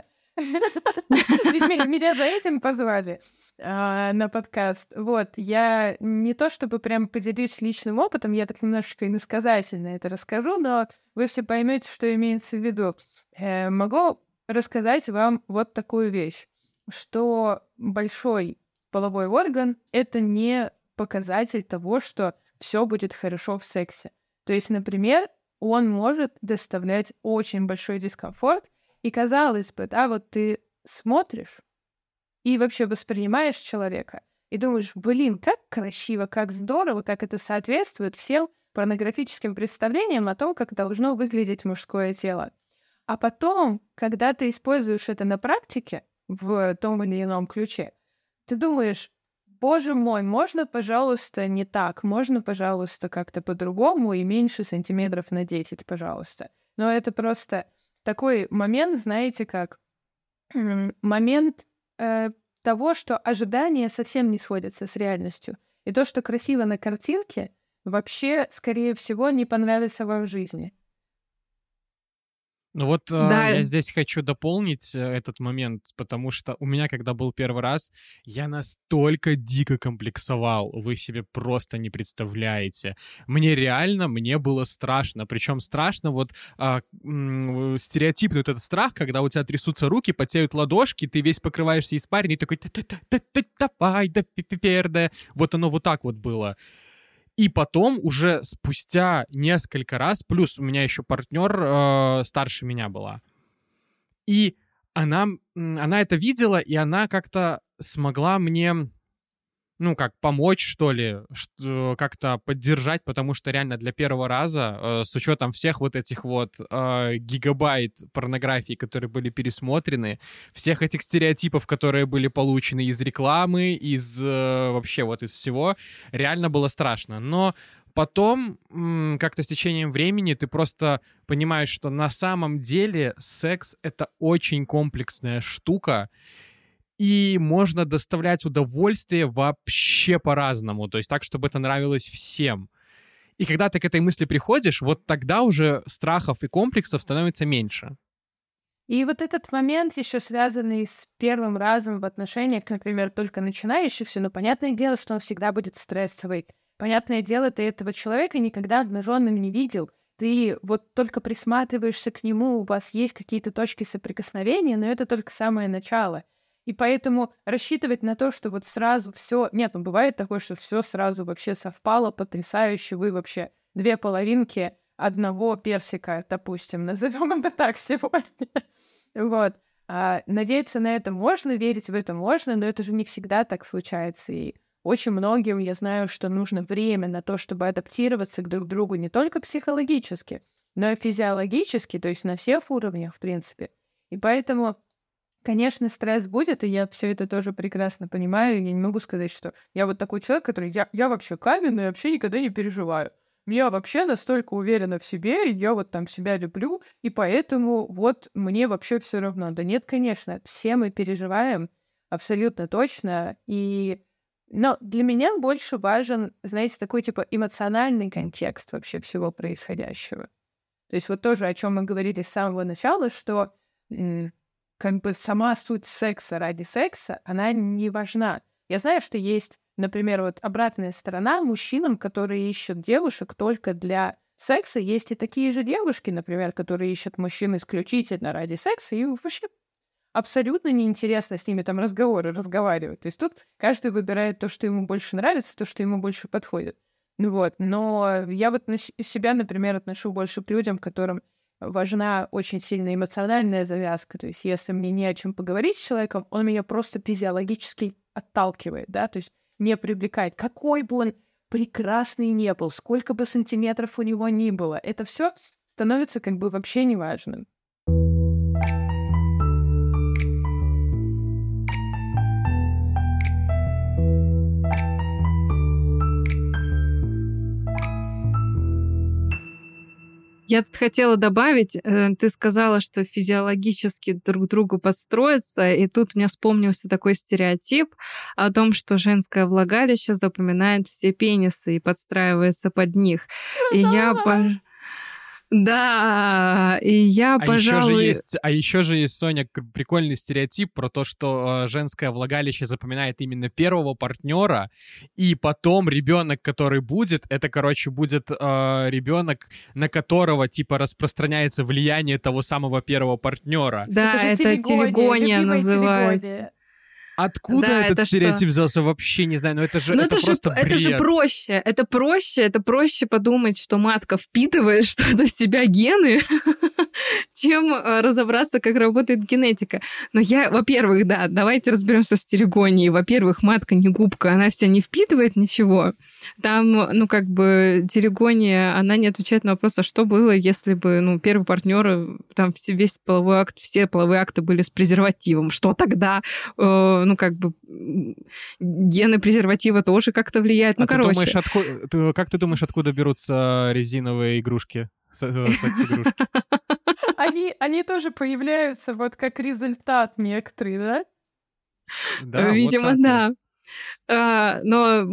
[SPEAKER 2] Меня за этим позвали на подкаст. Вот, я не то чтобы прям поделюсь личным опытом, я так немножечко иносказательно это расскажу, но вы все поймете, что имеется в виду. Могу рассказать вам вот такую вещь, что большой половой орган — это не показатель того, что все будет хорошо в сексе. То есть, например, он может доставлять очень большой дискомфорт, и, казалось бы, да, вот ты смотришь и вообще воспринимаешь человека, и думаешь, блин, как красиво, как здорово, как это соответствует всем порнографическим представлениям о том, как должно выглядеть мужское тело. А потом, когда ты используешь это на практике, в том или ином ключе, ты думаешь, боже мой, можно, пожалуйста, не так, можно, пожалуйста, как-то по-другому и меньше сантиметров на десять, пожалуйста. Но это просто такой момент, знаете, как момент э, того, что ожидания совсем не сходятся с реальностью. И то, что красиво на картинке, вообще, скорее всего, не понравится вам в жизни.
[SPEAKER 3] Ну вот
[SPEAKER 1] Да.
[SPEAKER 3] э, я здесь хочу дополнить э, этот момент, потому что у меня, когда был первый раз, я настолько дико комплексовал, вы себе просто не представляете. Мне реально, мне было страшно, причем страшно вот э, м, стереотипный вот этот страх, когда у тебя трясутся руки, потеют ладошки, ты весь покрываешься испариной, и такой давай, да пиперда. Вот оно вот так вот было. И потом уже спустя несколько раз, плюс у меня еще партнер э, старше меня была, и она, она это видела, и она как-то смогла мне, ну, как помочь, что ли, что, как-то поддержать, потому что реально для первого раза, э, с учетом всех вот этих вот э, гигабайт порнографии, которые были пересмотрены, всех этих стереотипов, которые были получены из рекламы, из э, вообще вот из всего, реально было страшно. Но потом, м, как-то с течением времени, ты просто понимаешь, что на самом деле секс — это очень комплексная штука, и можно доставлять удовольствие вообще по-разному, то есть так, чтобы это нравилось всем. И когда ты к этой мысли приходишь, вот тогда уже страхов и комплексов становится меньше.
[SPEAKER 2] И вот этот момент еще связанный с первым разом в отношениях, например, только начинающихся, но понятное дело, что он всегда будет стрессовый. Понятное дело, ты этого человека никогда обнаженным не видел. Ты вот только присматриваешься к нему, у вас есть какие-то точки соприкосновения, но это только самое начало. И поэтому рассчитывать на то, что вот сразу все... Нет, ну бывает такое, что все сразу вообще совпало, потрясающе, вы вообще две половинки одного персика, допустим, назовем это так сегодня. Вот. А надеяться на это можно, верить в это можно, но это же не всегда так случается. И очень многим, я знаю, что нужно время на то, чтобы адаптироваться к друг другу не только психологически, но и физиологически, то есть на всех уровнях, в принципе. И поэтому... Конечно, стресс будет, и я все это тоже прекрасно понимаю. Я не могу сказать, что я вот такой человек, который... Я, я вообще каменный, вообще никогда не переживаю. Я вообще настолько уверена в себе, и я вот там себя люблю, и поэтому вот мне вообще все равно. Да нет, конечно, все мы переживаем, абсолютно точно. И... Но для меня больше важен, знаете, такой типа эмоциональный контекст вообще всего происходящего. То есть вот тоже, о чем мы говорили с самого начала, что... М- как бы сама суть секса ради секса, она не важна. Я знаю, что есть, например, вот обратная сторона мужчинам, которые ищут девушек только для секса. Есть и такие же девушки, например, которые ищут мужчин исключительно ради секса, и вообще абсолютно неинтересно с ними там разговоры разговаривать. То есть тут каждый выбирает то, что ему больше нравится, то, что ему больше подходит. Ну вот, но я вот на себя, например, отношу больше к людям, которым важна очень сильно эмоциональная завязка. То есть если мне не о чем поговорить с человеком, он меня просто физиологически отталкивает, да, то есть не привлекает. Какой бы он прекрасный не был, сколько бы сантиметров у него ни было, это все становится как бы вообще неважным.
[SPEAKER 1] Я тут хотела добавить, ты сказала, что физиологически друг к другу подстроиться, и тут у меня вспомнился такой стереотип о том, что женское влагалище запоминает все пенисы и подстраивается под них. И я... Да, и я,
[SPEAKER 3] а
[SPEAKER 1] пожалуй...
[SPEAKER 3] Еще же есть, а еще же есть, Соня, прикольный стереотип про то, что э, женское влагалище запоминает именно первого партнера, и потом ребенок, который будет, это, короче, будет э, ребенок, на которого, типа, распространяется влияние того самого первого партнера.
[SPEAKER 1] Да, это, это телегония называется. Телегония.
[SPEAKER 3] Откуда
[SPEAKER 1] да,
[SPEAKER 3] этот
[SPEAKER 1] это
[SPEAKER 3] стереотип
[SPEAKER 1] что?
[SPEAKER 3] взялся, вообще не знаю, но это же,
[SPEAKER 1] но
[SPEAKER 3] это
[SPEAKER 1] это
[SPEAKER 3] просто
[SPEAKER 1] же,
[SPEAKER 3] бред.
[SPEAKER 1] Это же проще, это проще, это проще подумать, что матка впитывает что-то в себя гены, чем разобраться, как работает генетика. Но я, во-первых, да, давайте разберемся с телегонией. Во-первых, матка не губка, она вся не впитывает ничего. Там, ну, как бы, телегония, она не отвечает на вопрос, а что было, если бы, ну, первый партнер, там, весь половой акт, все половые акты были с презервативом. Что тогда? ну, как бы, гены презерватива тоже как-то влияют. Ну,
[SPEAKER 3] а
[SPEAKER 1] короче.
[SPEAKER 3] Ты думаешь, отку... ты, как ты думаешь, откуда берутся резиновые игрушки, секс-игрушки?
[SPEAKER 2] Они, они тоже появляются вот как результат некоторые, да?
[SPEAKER 3] Да,
[SPEAKER 1] видимо,
[SPEAKER 3] вот
[SPEAKER 1] да.
[SPEAKER 3] Вот.
[SPEAKER 1] А, но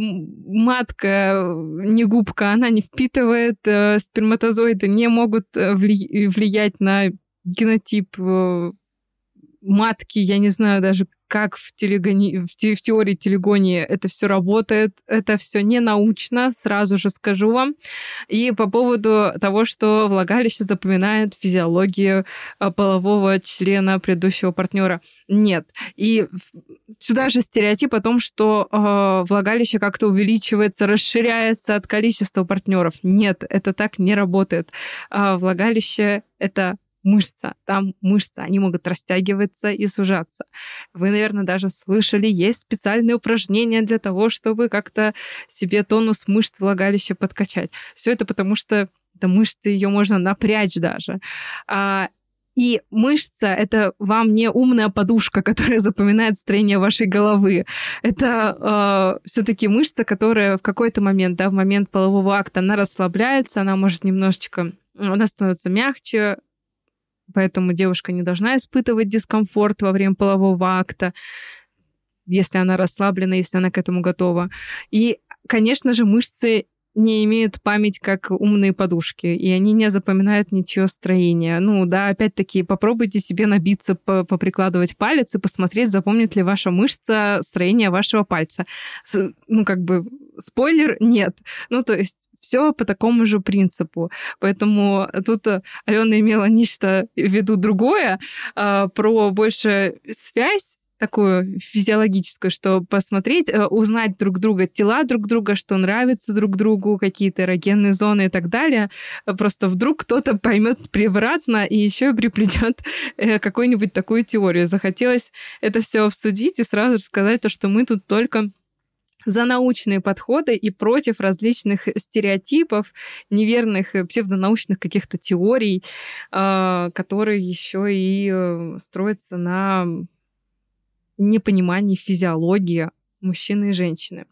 [SPEAKER 1] матка, не губка, она не впитывает, э, сперматозоиды не могут вли- влиять на генотип э, матки. Я не знаю даже, как в, телегони... в, те... в теории телегонии это все работает. Это все не научно, сразу же скажу вам. И по поводу того, что влагалище запоминает физиологию полового члена предыдущего партнера. Нет. И сюда же стереотип о том, что э, влагалище как-то увеличивается, расширяется от количества партнеров. Нет, это так не работает. Э, влагалище — это мышца, там мышцы, они могут растягиваться и сужаться. Вы, наверное, даже слышали, есть специальные упражнения для того, чтобы как-то себе тонус мышц влагалища подкачать. Все это потому, что это мышцы, ее можно напрячь даже. А, и мышца — это вам не умная подушка, которая запоминает строение вашей головы. Это э, все-таки мышца, которая в какой-то момент, да, в момент полового акта, она расслабляется, она может немножечко, она становится мягче, поэтому девушка не должна испытывать дискомфорт во время полового акта, если она расслаблена, если она к этому готова. И, конечно же, мышцы не имеют память как умные подушки, и они не запоминают ничего строения. Ну да, опять-таки, попробуйте себе набиться, поприкладывать палец и посмотреть, запомнит ли ваша мышца строение вашего пальца. Ну, как бы, спойлер, нет. Ну, то есть все по такому же принципу. Поэтому тут Алена имела нечто в виду другое, про больше связь такую физиологическую, что посмотреть, узнать друг друга, тела друг друга, что нравится друг другу, какие-то эрогенные зоны и так далее. Просто вдруг кто-то поймет превратно и еще приплетет какую-нибудь такую теорию. Захотелось это все обсудить и сразу сказать то, что мы тут только за научные подходы и против различных стереотипов, неверных псевдонаучных каких-то теорий, которые еще и строятся на непонимании физиологии мужчины и женщины.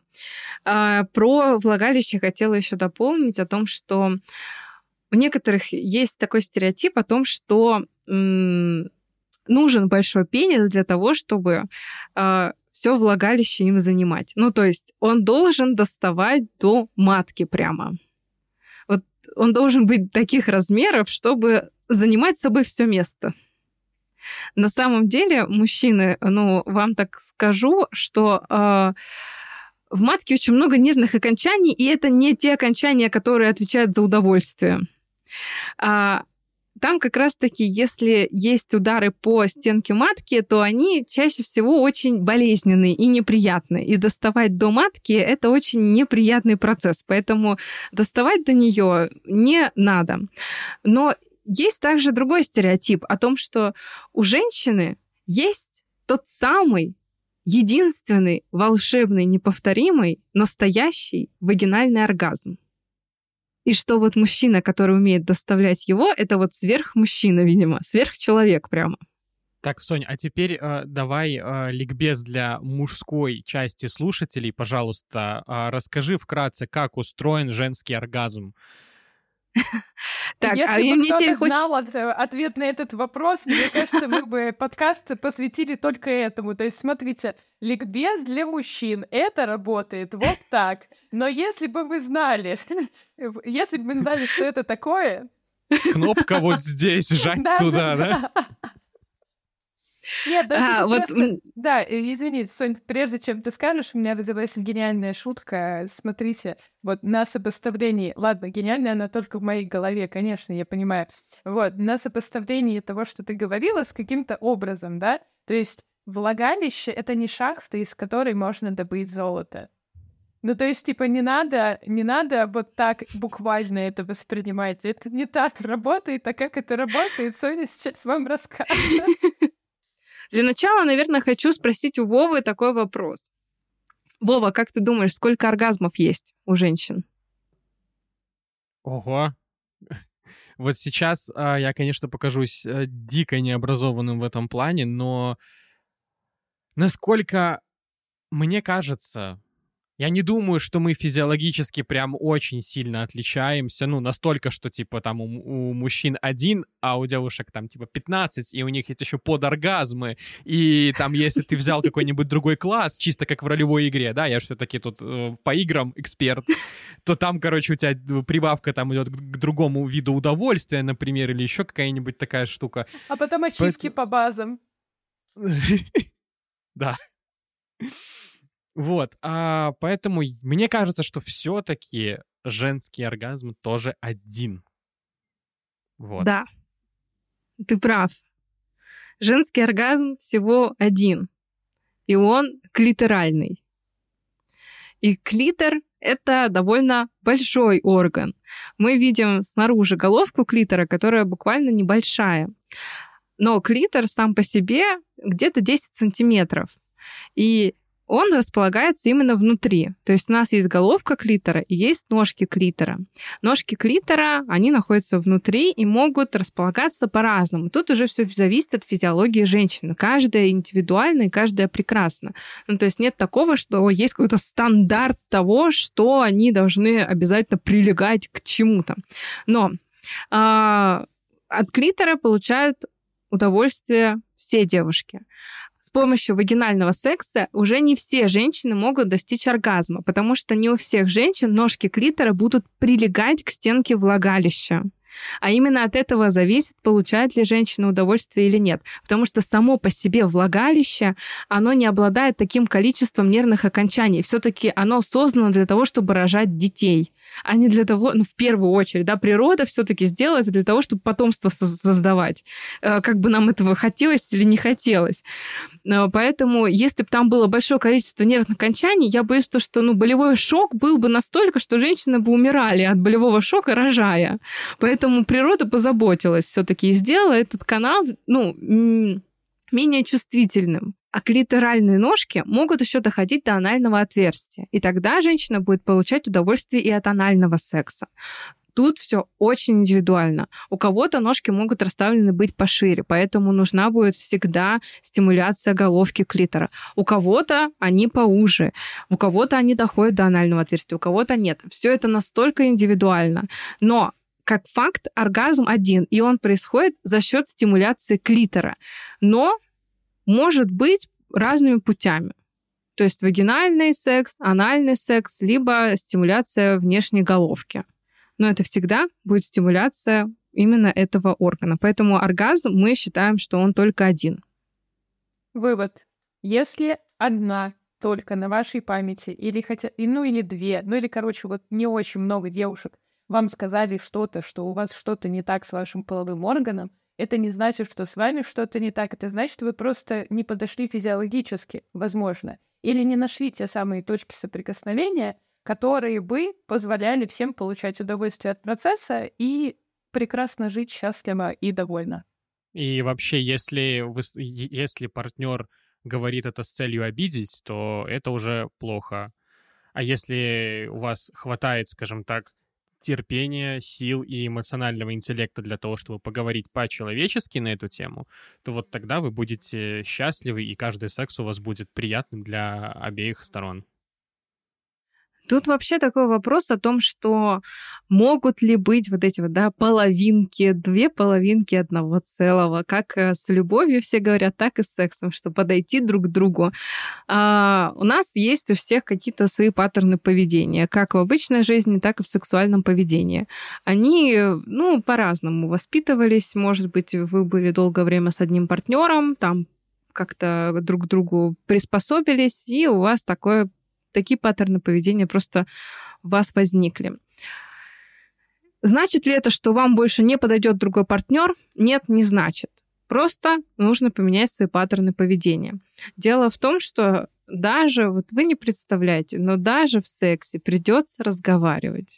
[SPEAKER 1] Про влагалище хотела еще дополнить о том, что у некоторых есть такой стереотип о том, что нужен большой пенис для того, чтобы все влагалище им занимать. Ну, то есть он должен доставать до матки прямо. Вот он должен быть таких размеров, чтобы занимать собой все место. На самом деле, мужчины, ну, вам так скажу, что э, в матке очень много нервных окончаний, и это не те окончания, которые отвечают за удовольствие. А, Там как раз-таки, если есть удары по стенке матки, то они чаще всего очень болезненные и неприятные. И доставать до матки — это очень неприятный процесс, поэтому доставать до нее не надо. Но есть также другой стереотип о том, что у женщины есть тот самый единственный, волшебный, неповторимый, настоящий вагинальный оргазм. И что вот мужчина, который умеет доставлять его, это вот сверхмужчина, видимо, сверхчеловек прямо.
[SPEAKER 3] Так, Сонь, а теперь э, давай э, ликбез для мужской части слушателей, пожалуйста. Э, расскажи вкратце, как устроен женский оргазм.
[SPEAKER 2] Так, Если а бы кто-то знал хочет... ответ на этот вопрос, мне кажется, мы бы подкаст посвятили только этому. То есть, смотрите, ликбез для мужчин, это работает вот так. Но если бы мы знали, если бы мы знали, что это такое...
[SPEAKER 3] Кнопка вот здесь, жать туда, да?
[SPEAKER 2] Нет, да, а, вот... просто... Да, извини, Сонь, прежде чем ты скажешь, у меня родилась гениальная шутка. Смотрите, вот на сопоставлении... Ладно, гениальная она только в моей голове, конечно, я понимаю. Вот, на сопоставлении того, что ты говорила, с каким-то образом, да? То есть влагалище — это не шахта, из которой можно добыть золото. Ну, то есть, типа, не надо, не надо вот так буквально это воспринимать. Это не так работает, а как это работает, Соня сейчас вам расскажет.
[SPEAKER 1] Для начала, наверное, хочу спросить у Вовы такой вопрос. Вова, как ты думаешь, сколько оргазмов есть у женщин?
[SPEAKER 3] Ого. Вот сейчас э, я, конечно, покажусь э, дико необразованным в этом плане, но насколько мне кажется, я не думаю, что мы физиологически прям очень сильно отличаемся, ну, настолько, что, типа, там у, у мужчин один, а у девушек там, типа, пятнадцать, и у них есть еще подоргазмы, и там, если ты взял какой-нибудь другой класс, чисто как в ролевой игре, да, я же все-таки тут э, по играм эксперт, то там, короче, у тебя прибавка там идет к другому виду удовольствия, например, или еще какая-нибудь такая штука.
[SPEAKER 2] А потом ачивки по базам.
[SPEAKER 3] Да. Вот, а поэтому мне кажется, что все-таки женский оргазм тоже один. Вот.
[SPEAKER 1] Да, ты прав. Женский оргазм всего один, и он клиторальный. И клитор — это довольно большой орган. Мы видим снаружи головку клитора, которая буквально небольшая. Но клитор сам по себе где-то десять сантиметров. И он располагается именно внутри. То есть у нас есть головка клитора и есть ножки клитора. Ножки клитора, они находятся внутри и могут располагаться по-разному. Тут уже все зависит от физиологии женщины. Каждая индивидуальна и каждая прекрасна. Ну, то есть нет такого, что есть какой-то стандарт того, что они должны обязательно прилегать к чему-то. Но а, от клитора получают удовольствие все девушки. С помощью вагинального секса уже не все женщины могут достичь оргазма, потому что не у всех женщин ножки клитора будут прилегать к стенке влагалища. А именно от этого зависит, получает ли женщина удовольствие или нет. Потому что само по себе влагалище, оно не обладает таким количеством нервных окончаний. Все-таки оно создано для того, чтобы рожать детей, а не для того, ну, в первую очередь, да, природа все-таки сделала это для того, чтобы потомство создавать, как бы нам этого хотелось или не хотелось. Поэтому, если бы там было большое количество нервных окончаний, я боюсь, что, ну, болевой шок был бы настолько, что женщины бы умирали от болевого шока, рожая. Поэтому природа позаботилась все-таки и сделала этот канал, ну, менее чувствительным. А клиторальные ножки могут еще доходить до анального отверстия. И тогда женщина будет получать удовольствие и от анального секса. Тут все очень индивидуально. У кого-то ножки могут расставлены быть пошире, поэтому нужна будет всегда стимуляция головки клитора. У кого-то они поуже, у кого-то они доходят до анального отверстия, у кого-то нет. Все это настолько индивидуально. Но как факт, оргазм один, и он происходит за счет стимуляции клитора. Но может быть разными путями. То есть вагинальный секс, анальный секс, либо стимуляция внешней головки. Но это всегда будет стимуляция именно этого органа. Поэтому оргазм мы считаем, что он только один.
[SPEAKER 2] Вывод. Если одна только на вашей памяти, или хотя, ну или две, ну или, короче, вот не очень много девушек вам сказали что-то, что у вас что-то не так с вашим половым органом, это не значит, что с вами что-то не так. Это значит, что вы просто не подошли физиологически, возможно, или не нашли те самые точки соприкосновения, которые бы позволяли всем получать удовольствие от процесса и прекрасно жить счастливо и довольно.
[SPEAKER 3] И вообще, если, вы, если партнер говорит это с целью обидеть, то это уже плохо. А если у вас хватает, скажем так, терпения, сил и эмоционального интеллекта для того, чтобы поговорить по-человечески на эту тему, то вот тогда вы будете счастливы, и каждый секс у вас будет приятным для обеих сторон.
[SPEAKER 1] Тут вообще такой вопрос о том, что могут ли быть вот эти вот, да, половинки, две половинки одного целого, как с любовью все говорят, так и с сексом, что подойти друг к другу. А у нас есть у всех какие-то свои паттерны поведения, как в обычной жизни, так и в сексуальном поведении. Они, ну, по-разному воспитывались, может быть, вы были долгое время с одним партнером, там как-то друг к другу приспособились, и у вас такое такие паттерны поведения просто у вас возникли. Значит ли это, что вам больше не подойдет другой партнер? Нет, не значит. Просто нужно поменять свои паттерны поведения. Дело в том, что даже, вот вы не представляете, но даже в сексе придется разговаривать.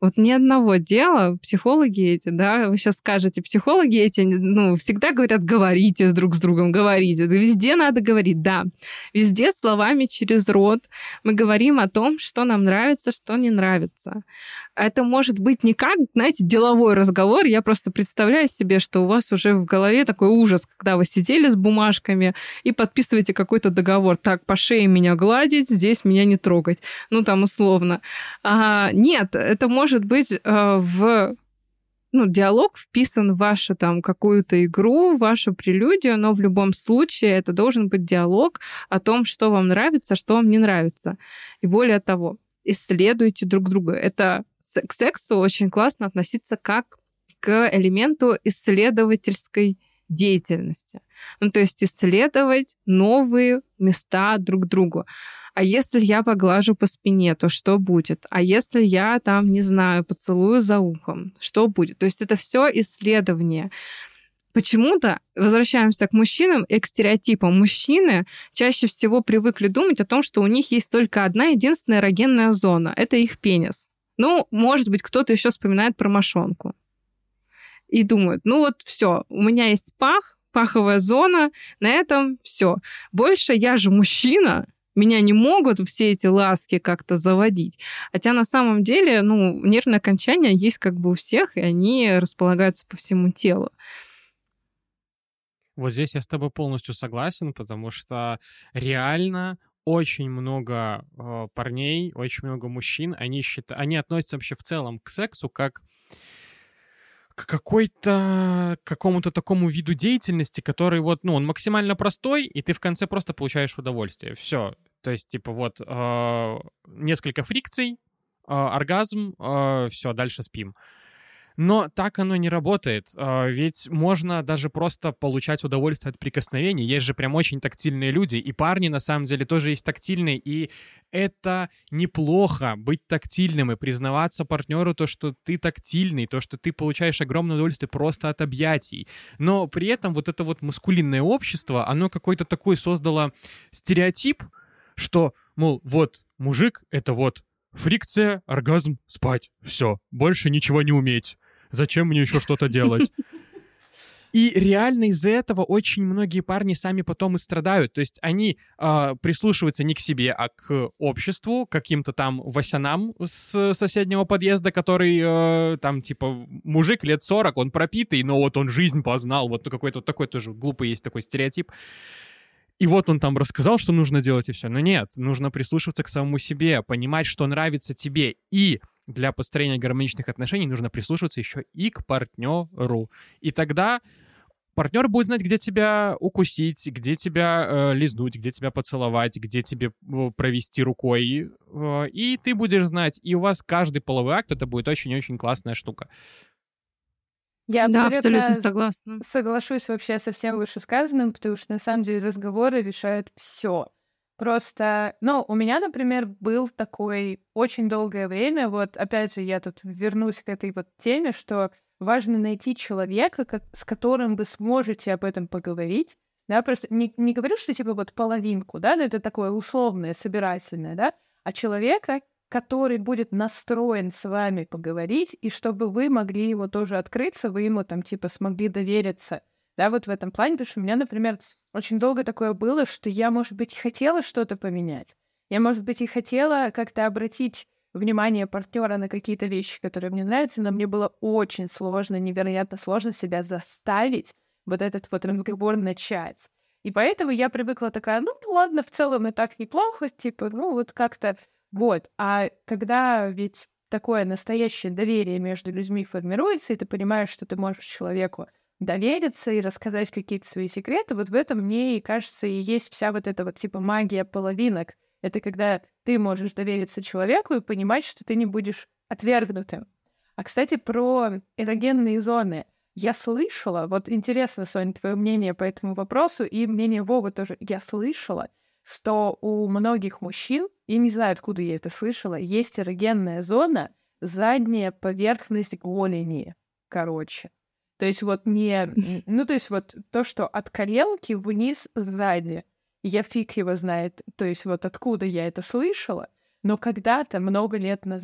[SPEAKER 1] Вот ни одного дела, психологи эти, да, вы сейчас скажете, психологи эти, ну, всегда говорят, говорите друг с другом, говорите. Да везде надо говорить, да. Везде словами через рот мы говорим о том, что нам нравится, что не нравится. Это может быть не как, знаете, деловой разговор. Я просто представляю себе, что у вас уже в голове такой ужас, когда вы сидели с бумажками и подписываете какой-то договор. Так, по шее меня гладить, здесь меня не трогать. Ну, там условно. А, нет, это может Может быть, в ну, диалог вписан в вашу там какую-то игру, в вашу прелюдию, но в любом случае это должен быть диалог о том, что вам нравится, что вам не нравится. И более того, исследуйте друг друга. Это к сексу очень классно относиться как к элементу исследовательской деятельности. Ну, то есть исследовать новые места друг другу. А если я поглажу по спине, то что будет? А если я там, не знаю, поцелую за ухом, что будет? То есть это все исследование. Почему-то, возвращаемся к мужчинам и к стереотипам. Мужчины чаще всего привыкли думать о том, что у них есть только одна единственная эрогенная зона. Это их пенис. Ну, может быть, кто-то еще вспоминает про мошонку. И думают, ну вот все, у меня есть пах, паховая зона, на этом все. Больше я же мужчина, меня не могут все эти ласки как-то заводить. Хотя на самом деле, ну, нервные окончания есть как бы у всех, и они располагаются по всему телу.
[SPEAKER 3] Вот здесь я с тобой полностью согласен, потому что реально очень много э, парней, очень много мужчин, они, считают, они относятся вообще в целом к сексу как к какой-то, к какому-то такому виду деятельности, который вот, ну, он максимально простой, и ты в конце просто получаешь удовольствие. Все. То есть, типа, вот э, несколько фрикций, э, оргазм, э, все, дальше спим. Но так оно не работает, ведь можно даже просто получать удовольствие от прикосновений. Есть же прям очень тактильные люди, и парни на самом деле тоже есть тактильные, и это неплохо быть тактильным и признаваться партнеру то, что ты тактильный, то, что ты получаешь огромное удовольствие просто от объятий. Но при этом вот это вот маскулинное общество, оно какой-то такой создало стереотип, что, мол, вот мужик — это вот фрикция, оргазм, спать, все, больше ничего не уметь. Зачем мне еще что-то делать? И реально из-за этого очень многие парни сами потом и страдают. То есть они э, прислушиваются не к себе, а к обществу, к каким-то там васянам с соседнего подъезда, который э, там типа мужик лет сорок, он пропитый, но вот он жизнь познал. Вот какой-то вот такой тоже глупый есть такой стереотип. И вот он там рассказал, что нужно делать, и все. Но нет, нужно прислушиваться к самому себе, понимать, что нравится тебе. И для построения гармоничных отношений нужно прислушиваться еще и к партнеру. И тогда партнер будет знать, где тебя укусить, где тебя э, лизнуть, где тебя поцеловать, где тебе э, провести рукой. Э, и ты будешь знать. И у вас каждый половой акт — это будет очень-очень классная штука.
[SPEAKER 2] Я
[SPEAKER 1] Да,
[SPEAKER 2] абсолютно,
[SPEAKER 1] абсолютно согласна.
[SPEAKER 2] соглашусь вообще со всем вышесказанным, потому что на самом деле разговоры решают все. Просто, ну, у меня, например, был такой очень долгое время, вот опять же, я тут вернусь к этой вот теме, что важно найти человека, как, с которым вы сможете об этом поговорить, да, просто не, не говорю, что типа вот половинку, да, но это такое условное, собирательное, да, а человека, который будет настроен с вами поговорить, и чтобы вы могли его тоже открыться, вы ему там типа смогли довериться. Да, вот в этом плане, потому что у меня, например, очень долго такое было, что я, может быть, и хотела что-то поменять. Я, может быть, и хотела как-то обратить внимание партнера на какие-то вещи, которые мне нравятся, но мне было очень сложно, невероятно сложно себя заставить вот этот вот разговор начать. И поэтому я привыкла такая, ну, ладно, в целом и так неплохо, типа, ну, вот как-то вот. А когда ведь такое настоящее доверие между людьми формируется, и ты понимаешь, что ты можешь человеку довериться и рассказать какие-то свои секреты, вот в этом, мне и кажется, и есть вся вот эта вот типа магия половинок. Это когда ты можешь довериться человеку и понимать, что ты не будешь отвергнутым. А, кстати, про эрогенные зоны. Я слышала, вот интересно, Соня, твое мнение по этому вопросу и мнение Вовы тоже. Я слышала, что у многих мужчин, я не знаю, откуда я это слышала, есть эрогенная зона, задняя поверхность голени, короче. То есть вот не... Ну, то есть вот то, что от коленки вниз сзади. Я фиг его знает, то есть вот откуда я это слышала. Но когда-то, много лет назад,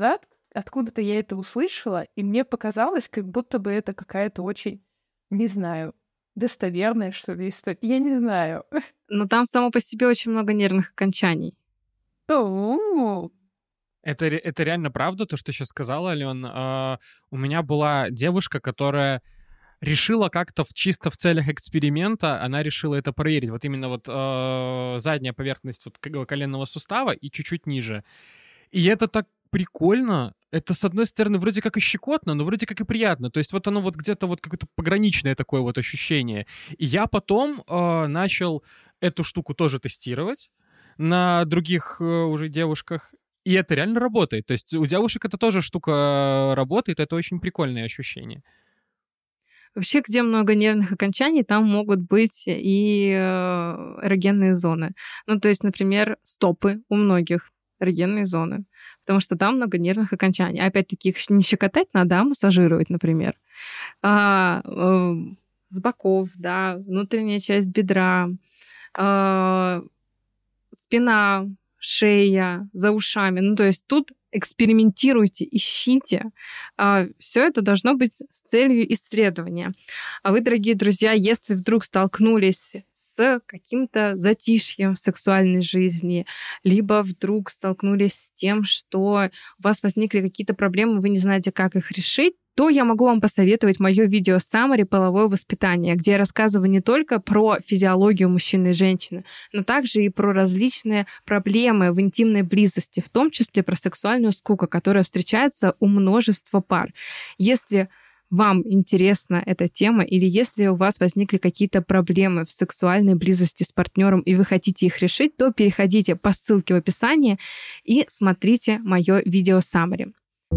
[SPEAKER 2] откуда-то я это услышала, и мне показалось, как будто бы это какая-то очень, не знаю, достоверная, что ли, история. Я не знаю.
[SPEAKER 1] Но там само по себе очень много нервных окончаний.
[SPEAKER 2] О,
[SPEAKER 3] Это, ре- это реально правда, то, что ты сейчас сказала, Ален. А, у меня была девушка, которая решила как-то в, чисто в целях эксперимента, она решила это проверить. Вот именно вот э, задняя поверхность вот к- коленного сустава и чуть-чуть ниже. И это так прикольно. Это, с одной стороны, вроде как и щекотно, но вроде как и приятно. То есть вот оно вот где-то вот какое-то пограничное такое вот ощущение. И я потом э, начал эту штуку тоже тестировать на других э, уже девушках. И это реально работает. То есть у девушек это тоже штука э, работает. Это очень прикольное ощущение.
[SPEAKER 1] Вообще, где много нервных окончаний, там могут быть и э, эрогенные зоны. Ну, то есть, например, стопы у многих эрогенные зоны, потому что там много нервных окончаний. Опять-таки, их не щекотать надо, а массажировать, например. А, э, с боков, да, внутренняя часть бедра, э, спина, шея, за ушами. Ну, то есть тут экспериментируйте, ищите. Все это должно быть с целью исследования. А вы, дорогие друзья, если вдруг столкнулись с каким-то затишьем в сексуальной жизни, либо вдруг столкнулись с тем, что у вас возникли какие-то проблемы, вы не знаете, как их решить, то я могу вам посоветовать мое видео «Саммари. Половое воспитание», где я рассказываю не только про физиологию мужчины и женщины, но также и про различные проблемы в интимной близости, в том числе про сексуальную скуку, которая встречается у множества пар. Если вам интересна эта тема, или если у вас возникли какие-то проблемы в сексуальной близости с партнером, и вы хотите их решить, то переходите по ссылке в описании и смотрите мое видео «Саммари».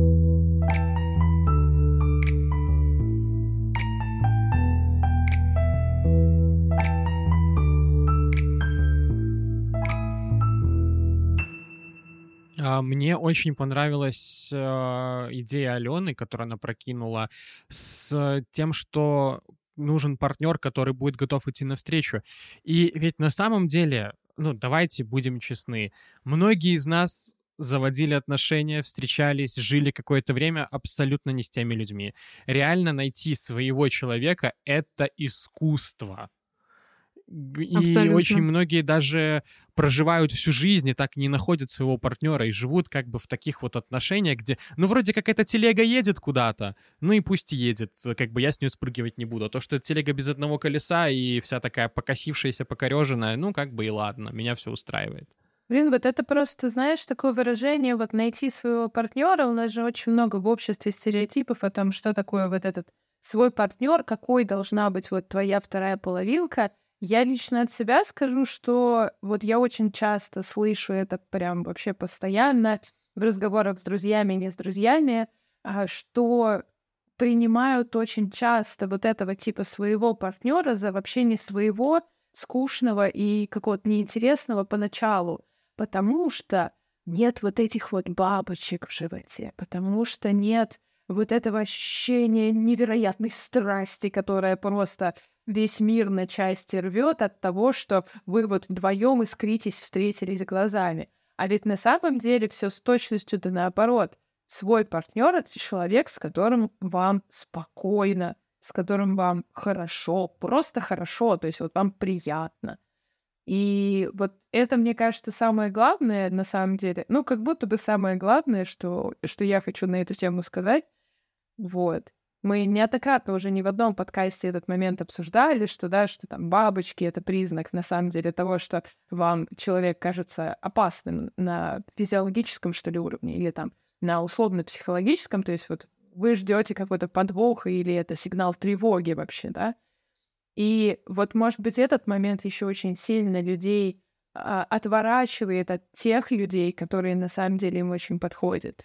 [SPEAKER 3] А, Мне очень понравилась э, идея Алены, которую она прокинула, с тем, что нужен партнер, который будет готов идти навстречу. И ведь на самом деле, ну, давайте будем честны, многие из нас заводили отношения, встречались, жили какое-то время абсолютно не с теми людьми. Реально найти своего человека — это искусство. И
[SPEAKER 1] Абсолютно.
[SPEAKER 3] очень многие даже проживают всю жизнь и так и не находят своего партнера и живут как бы в таких вот отношениях, где, ну, вроде как эта телега едет куда-то, ну и пусть едет, как бы я с нее спрыгивать не буду. А то, что телега без одного колеса и вся такая покосившаяся, покореженная, ну, как бы и ладно, меня все устраивает.
[SPEAKER 2] блин, вот это просто, знаешь, такое выражение, вот найти своего партнера. У нас же очень много в обществе стереотипов о том, что такое вот этот свой партнер, какой должна быть вот твоя вторая половинка. Я лично от себя скажу, что вот я очень часто слышу это прям вообще постоянно в разговорах с друзьями, не с друзьями, а, что принимают очень часто вот этого типа своего партнера за вообще не своего, скучного и какого-то неинтересного поначалу, потому что нет вот этих вот бабочек в животе, потому что нет вот этого ощущения невероятной страсти, которая просто весь мир на части рвет от того, что вы вот вдвоем искритесь, встретились глазами. А ведь на самом деле все с точностью да наоборот. Свой партнер — это человек, с которым вам спокойно, с которым вам хорошо, просто хорошо, то есть вот вам приятно. И вот это, мне кажется, самое главное на самом деле, ну, как будто бы самое главное, что, что я хочу на эту тему сказать. Вот. Мы неоднократно уже не в одном подкасте этот момент обсуждали, что, да, что там бабочки — это признак, на самом деле, того, что вам человек кажется опасным на физиологическом, что ли, уровне, или там на условно-психологическом, то есть вот вы ждете какой-то подвох, или это сигнал тревоги вообще, да? И вот, может быть, этот момент еще очень сильно людей а, отворачивает от тех людей, которые на самом деле им очень подходят.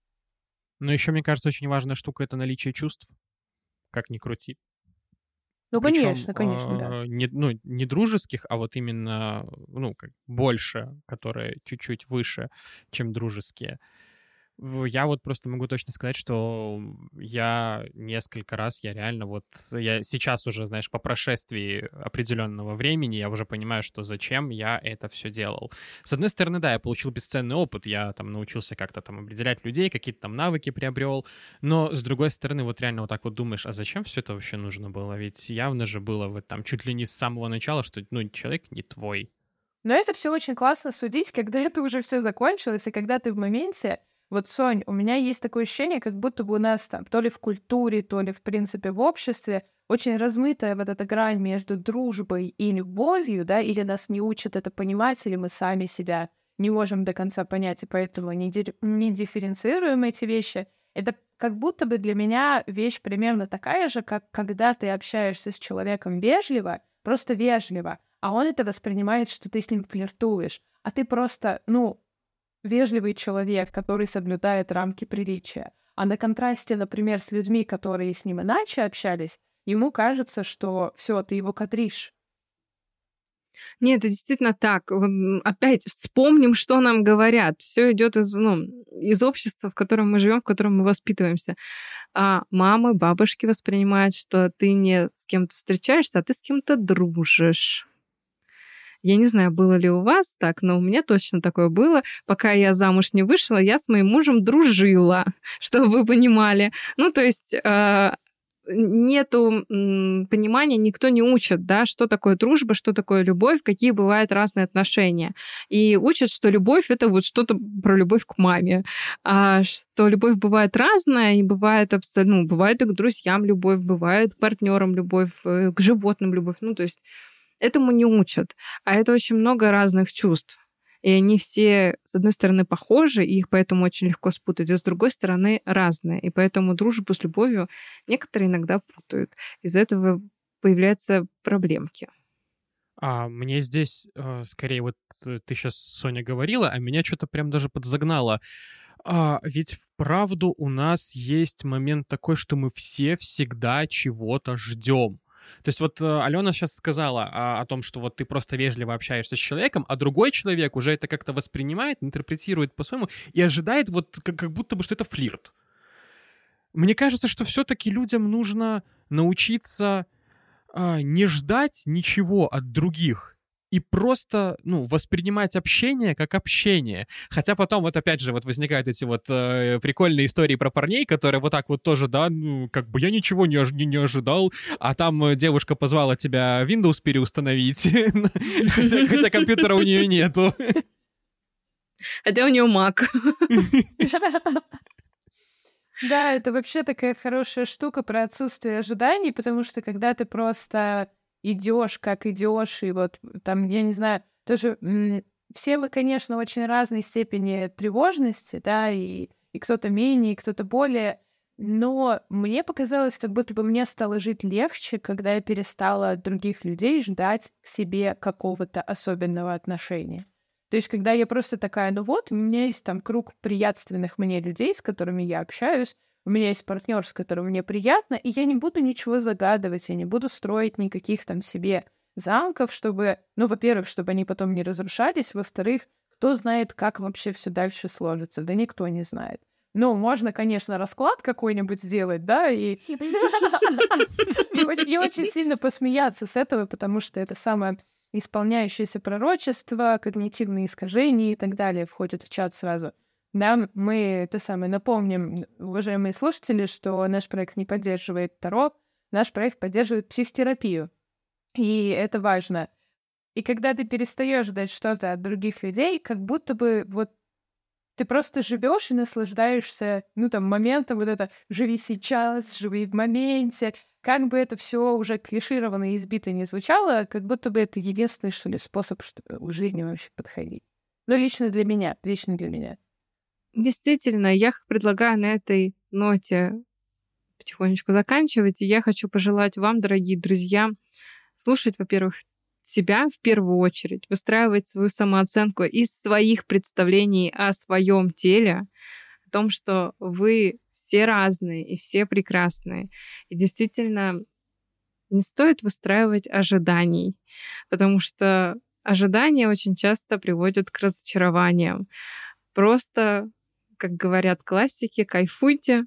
[SPEAKER 3] Но еще, мне кажется, очень важная штука — это наличие чувств, как ни крути.
[SPEAKER 2] Ну,
[SPEAKER 3] Причем,
[SPEAKER 2] конечно, конечно, да.
[SPEAKER 3] э, не, ну, не дружеских, а вот именно, ну, как больше, которые чуть-чуть выше, чем дружеские. Я вот просто могу точно сказать, что я несколько раз, я реально вот, я сейчас уже, знаешь, по прошествии определенного времени, я уже понимаю, что зачем я это все делал. С одной стороны, да, я получил бесценный опыт, я там научился как-то там определять людей, какие-то там навыки приобрел, но с другой стороны, вот реально вот так вот думаешь, а зачем все это вообще нужно было? Ведь явно же было вот там чуть ли не с самого начала, что, ну, человек не твой.
[SPEAKER 2] Но это все очень классно судить, когда это уже все закончилось, и когда ты в моменте. Вот, Сонь, у меня есть такое ощущение, как будто бы у нас там то ли в культуре, то ли, в принципе, в обществе очень размытая вот эта грань между дружбой и любовью, да, или нас не учат это понимать, или мы сами себя не можем до конца понять, и поэтому не, ди- не дифференцируем эти вещи. Это как будто бы для меня вещь примерно такая же, как когда ты общаешься с человеком вежливо, просто вежливо, а он это воспринимает, что ты с ним флиртуешь, а ты просто, ну, вежливый человек, который соблюдает рамки приличия. А на контрасте, например, с людьми, которые с ним иначе общались, ему кажется, что все, ты его кадришь.
[SPEAKER 1] Нет, это действительно так. Вот, м, опять вспомним, что нам говорят. Все идет из, ну, из общества, в котором мы живем, в котором мы воспитываемся. А мамы, бабушки воспринимают, что ты не с кем-то встречаешься, а ты с кем-то дружишь. Я не знаю, было ли у вас так, но у меня точно такое было. Пока я замуж не вышла, я с моим мужем дружила, чтобы вы понимали. Ну, то есть э, нету м, понимания, никто не учит, да, что такое дружба, что такое любовь, какие бывают разные отношения. И учат, что любовь — это вот что-то про любовь к маме. А что любовь бывает разная, и бывает абсолютно, ну, бывает и к друзьям любовь, бывает к партнерам любовь, э, к животным любовь. Ну, то есть этому не учат. А это очень много разных чувств. И они все, с одной стороны, похожи, и их поэтому очень легко спутать, а с другой стороны, разные. И поэтому дружбу с любовью некоторые иногда путают. Из-за этого появляются проблемки.
[SPEAKER 3] А мне здесь, э, скорее, вот э, ты сейчас, Соня, говорила, а меня что-то прям даже подзагнало. А, ведь вправду у нас есть момент такой, что мы все всегда чего-то ждем. То есть вот э, Алена сейчас сказала а, о том, что вот ты просто вежливо общаешься с человеком, а другой человек уже это как-то воспринимает, интерпретирует по-своему и ожидает вот как, как будто бы, что это флирт. Мне кажется, что все-таки людям нужно научиться а, не ждать ничего от других и просто, ну, воспринимать общение как общение. Хотя потом вот опять же вот возникают эти вот э, прикольные истории про парней, которые вот так вот тоже, да, ну, как бы я ничего не, ож- не, не ожидал, а там э, девушка позвала тебя Windows переустановить, хотя, хотя компьютера у нее нету.
[SPEAKER 1] Хотя у нее Mac.
[SPEAKER 2] Да, это вообще такая хорошая штука про отсутствие ожиданий, потому что когда ты просто идешь, как идешь, и вот там, я не знаю, тоже м, все мы, конечно, в очень разной степени тревожности, да, и, и кто-то менее, и кто-то более, но мне показалось, как будто бы мне стало жить легче, когда я перестала от других людей ждать к себе какого-то особенного отношения. То есть, когда я просто такая, ну вот, у меня есть там круг приятственных мне людей, с которыми я общаюсь, у меня есть партнер, с которым мне приятно, и я не буду ничего загадывать, я не буду строить никаких там себе замков, чтобы, ну, во-первых, чтобы они потом не разрушались, во-вторых, кто знает, как вообще все дальше сложится, да никто не знает. Ну, можно, конечно, расклад какой-нибудь сделать, да, и и очень сильно посмеяться с этого, потому что это самое исполняющееся пророчество, когнитивные искажения и так далее входят в чат сразу. Да, мы это самое напомним, уважаемые слушатели, что наш проект не поддерживает Таро, наш проект поддерживает психотерапию. И это важно. И когда ты перестаешь ждать что-то от других людей, как будто бы вот ты просто живешь и наслаждаешься, ну, там, моментом, вот это «живи сейчас», «живи в моменте». Как бы это все уже клишировано и избито не звучало, как будто бы это единственный, что ли, способ чтобы в жизни вообще подходить. Ну, лично для меня, лично для меня.
[SPEAKER 1] Действительно, я предлагаю на этой ноте потихонечку заканчивать. И я хочу пожелать вам, дорогие друзья, слушать, во-первых, себя в первую очередь, выстраивать свою самооценку из своих представлений о своем теле, о том, что вы все разные и все прекрасные. И действительно, не стоит выстраивать ожиданий, потому что ожидания очень часто приводят к разочарованиям. Просто как говорят классики, кайфуйте.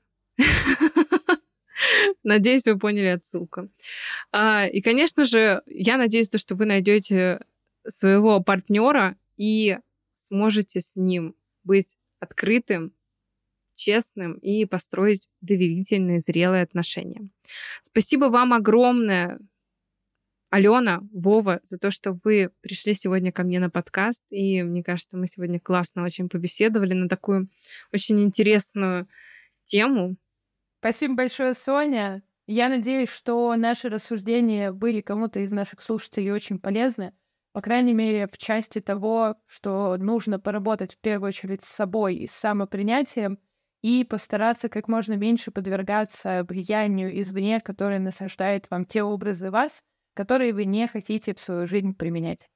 [SPEAKER 1] Надеюсь, вы поняли отсылку. И, конечно же, я надеюсь, что вы найдете своего партнера и сможете с ним быть открытым, честным и построить доверительные, зрелые отношения. Спасибо вам огромное, Алена, Вова, за то, что вы пришли сегодня ко мне на подкаст. И мне кажется, мы сегодня классно очень побеседовали на такую очень интересную тему.
[SPEAKER 2] Спасибо большое, Соня. Я надеюсь, что наши рассуждения были кому-то из наших слушателей очень полезны. По крайней мере, в части того, что нужно поработать в первую очередь с собой и с самопринятием, и постараться как можно меньше подвергаться влиянию извне, которое насаждает вам те образы вас, которые вы не хотите в свою жизнь применять.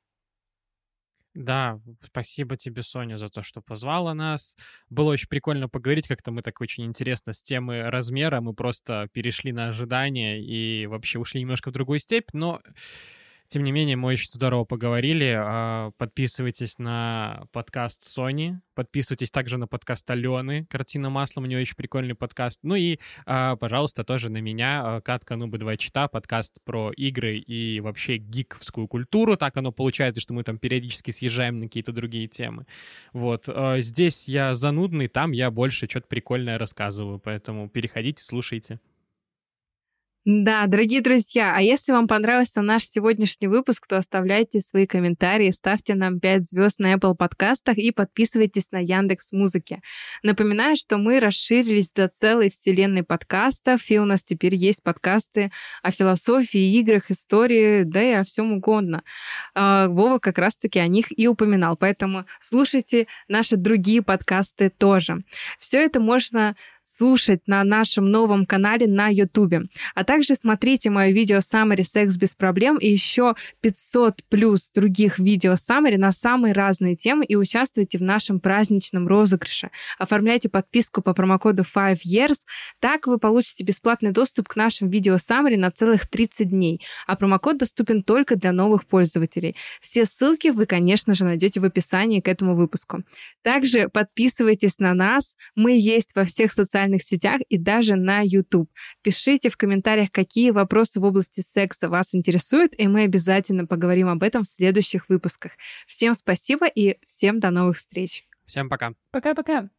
[SPEAKER 3] Да, спасибо тебе, Соня, за то, что позвала нас. Было очень прикольно поговорить, как-то мы так очень интересно с темы размера, мы просто перешли на ожидания и вообще ушли немножко в другую степь, но... Тем не менее, мы очень здорово поговорили. Подписывайтесь на подкаст Сони, подписывайтесь также на подкаст Алены «Картина маслом», у нее очень прикольный подкаст. Ну и, пожалуйста, тоже на меня, Катка Нубы Два Чита, подкаст про игры и вообще гиковскую культуру. Так оно получается, что мы там периодически съезжаем на какие-то другие темы. Вот. Здесь я занудный, там я больше что-то прикольное рассказываю, поэтому переходите, слушайте.
[SPEAKER 1] Да, дорогие друзья, а если вам понравился наш сегодняшний выпуск, то оставляйте свои комментарии, ставьте нам пять звезд на Apple подкастах и подписывайтесь на Яндекс.Музыке. Напоминаю, что мы расширились до целой вселенной подкастов, и у нас теперь есть подкасты о философии, играх, истории, да и о всем угодно. Вова как раз-таки о них и упоминал, поэтому слушайте наши другие подкасты тоже. Все это можно слушать на нашем новом канале на Ютубе. А также смотрите мое видео Summary «Секс без проблем» и еще пятьсот плюс других видео Summary на самые разные темы и участвуйте в нашем праздничном розыгрыше. Оформляйте подписку по промокоду пять years, так вы получите бесплатный доступ к нашим видео Summary на целых тридцать дней, а промокод доступен только для новых пользователей. Все ссылки вы, конечно же, найдете в описании к этому выпуску. Также подписывайтесь на нас, мы есть во всех социальных сетях и даже на YouTube. Пишите в комментариях, какие вопросы в области секса вас интересуют, и мы обязательно поговорим об этом в следующих выпусках. Всем спасибо и всем до новых встреч.
[SPEAKER 3] Всем пока.
[SPEAKER 2] Пока-пока.